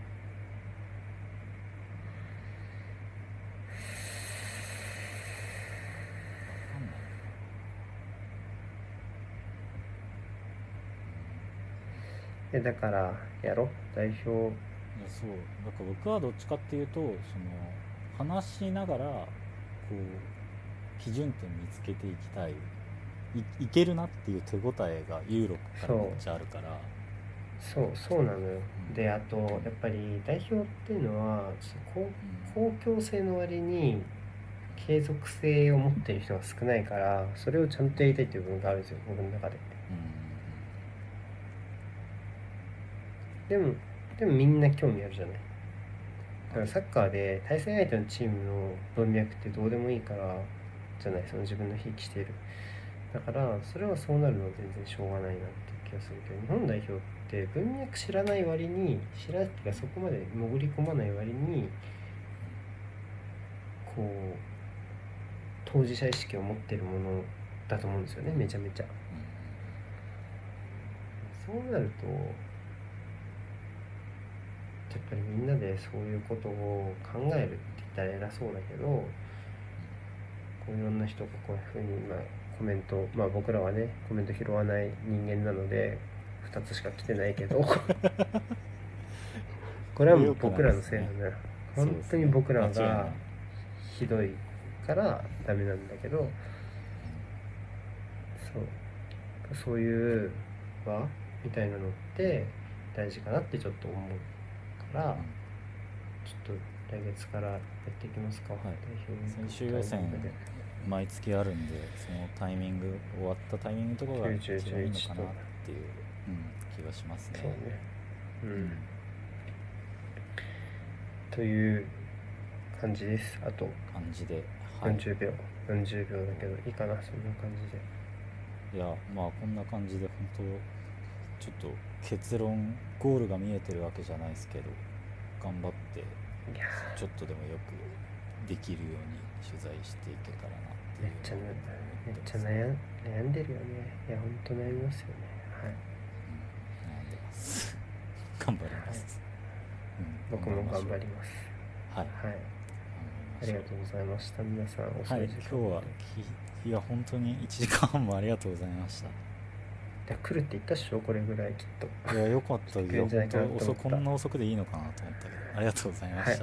ます。わかんない。 えだからやろ代表。 いやそうだから僕はどっちかっていうと、その話しながらこう基準点見つけていきたい、 い, いけるなっていう手応えがユーロからめっちゃあるから。 そうそうなのよ、 うん、 であとやっぱり代表っていうのは公共性の割に継続性を持っている人が少ないから、それをちゃんとやりたいっていう部分があるんですよ僕の中で。 うん、 でもでもみんな興味あるじゃない。だからサッカーで対戦相手のチームの文脈ってどうでもいいからじゃない、その自分のひいきしている。だからそれはそうなるのは全然しょうがないなっていう気がするけど、日本代表って文脈知らない割に、知らないっていうかそこまで潜り込まない割にこう当事者意識を持ってるものだと思うんですよね、めちゃめちゃ。そうなるとやっぱりみんなでそういうことを考えるって言ったら偉そうだけど、こういろんな人がこういうふうに今コメント、まあ僕らはねコメント拾わない人間なのでふたつしか来てないけどこれはもう僕らのせいなのよ、本当に僕らがひどいからダメなんだけど、そうそういう場みたいなのって大事かなってちょっと思うから、ちょっと来月からやっていきますか。 はい、最終予選毎月あるんで、そのタイミング終わったタイミングとかが一番いいのかなっていう、うん、気がしますね。 そうね、うん、うん、という感じです。あと感じで、 はい、よんじゅうびょうよんじゅうびょうだけどいいかな、そんな感じで。 いやまあこんな感じで本当ちょっと結論ゴールが見えてるわけじゃないですけど、頑張ってちょっとでもよくできるように取材していけたらなっていう。 めっちゃめっちゃ悩ん、悩んでるよね。いや本当悩みますよね。はい、 うん、悩んでます頑張ります、 はい、うん、僕も頑張ります。はい、はい、ありがとうございました。皆さんお遅い時間、はい、今日はいや本当にいちじかんはんもありがとうございました。 来るって言ったっしょ、これぐらいきっと。 いやよかった。いや本当遅こんな遅くでいいのかなと思ったけど、ありがとうございました。はい。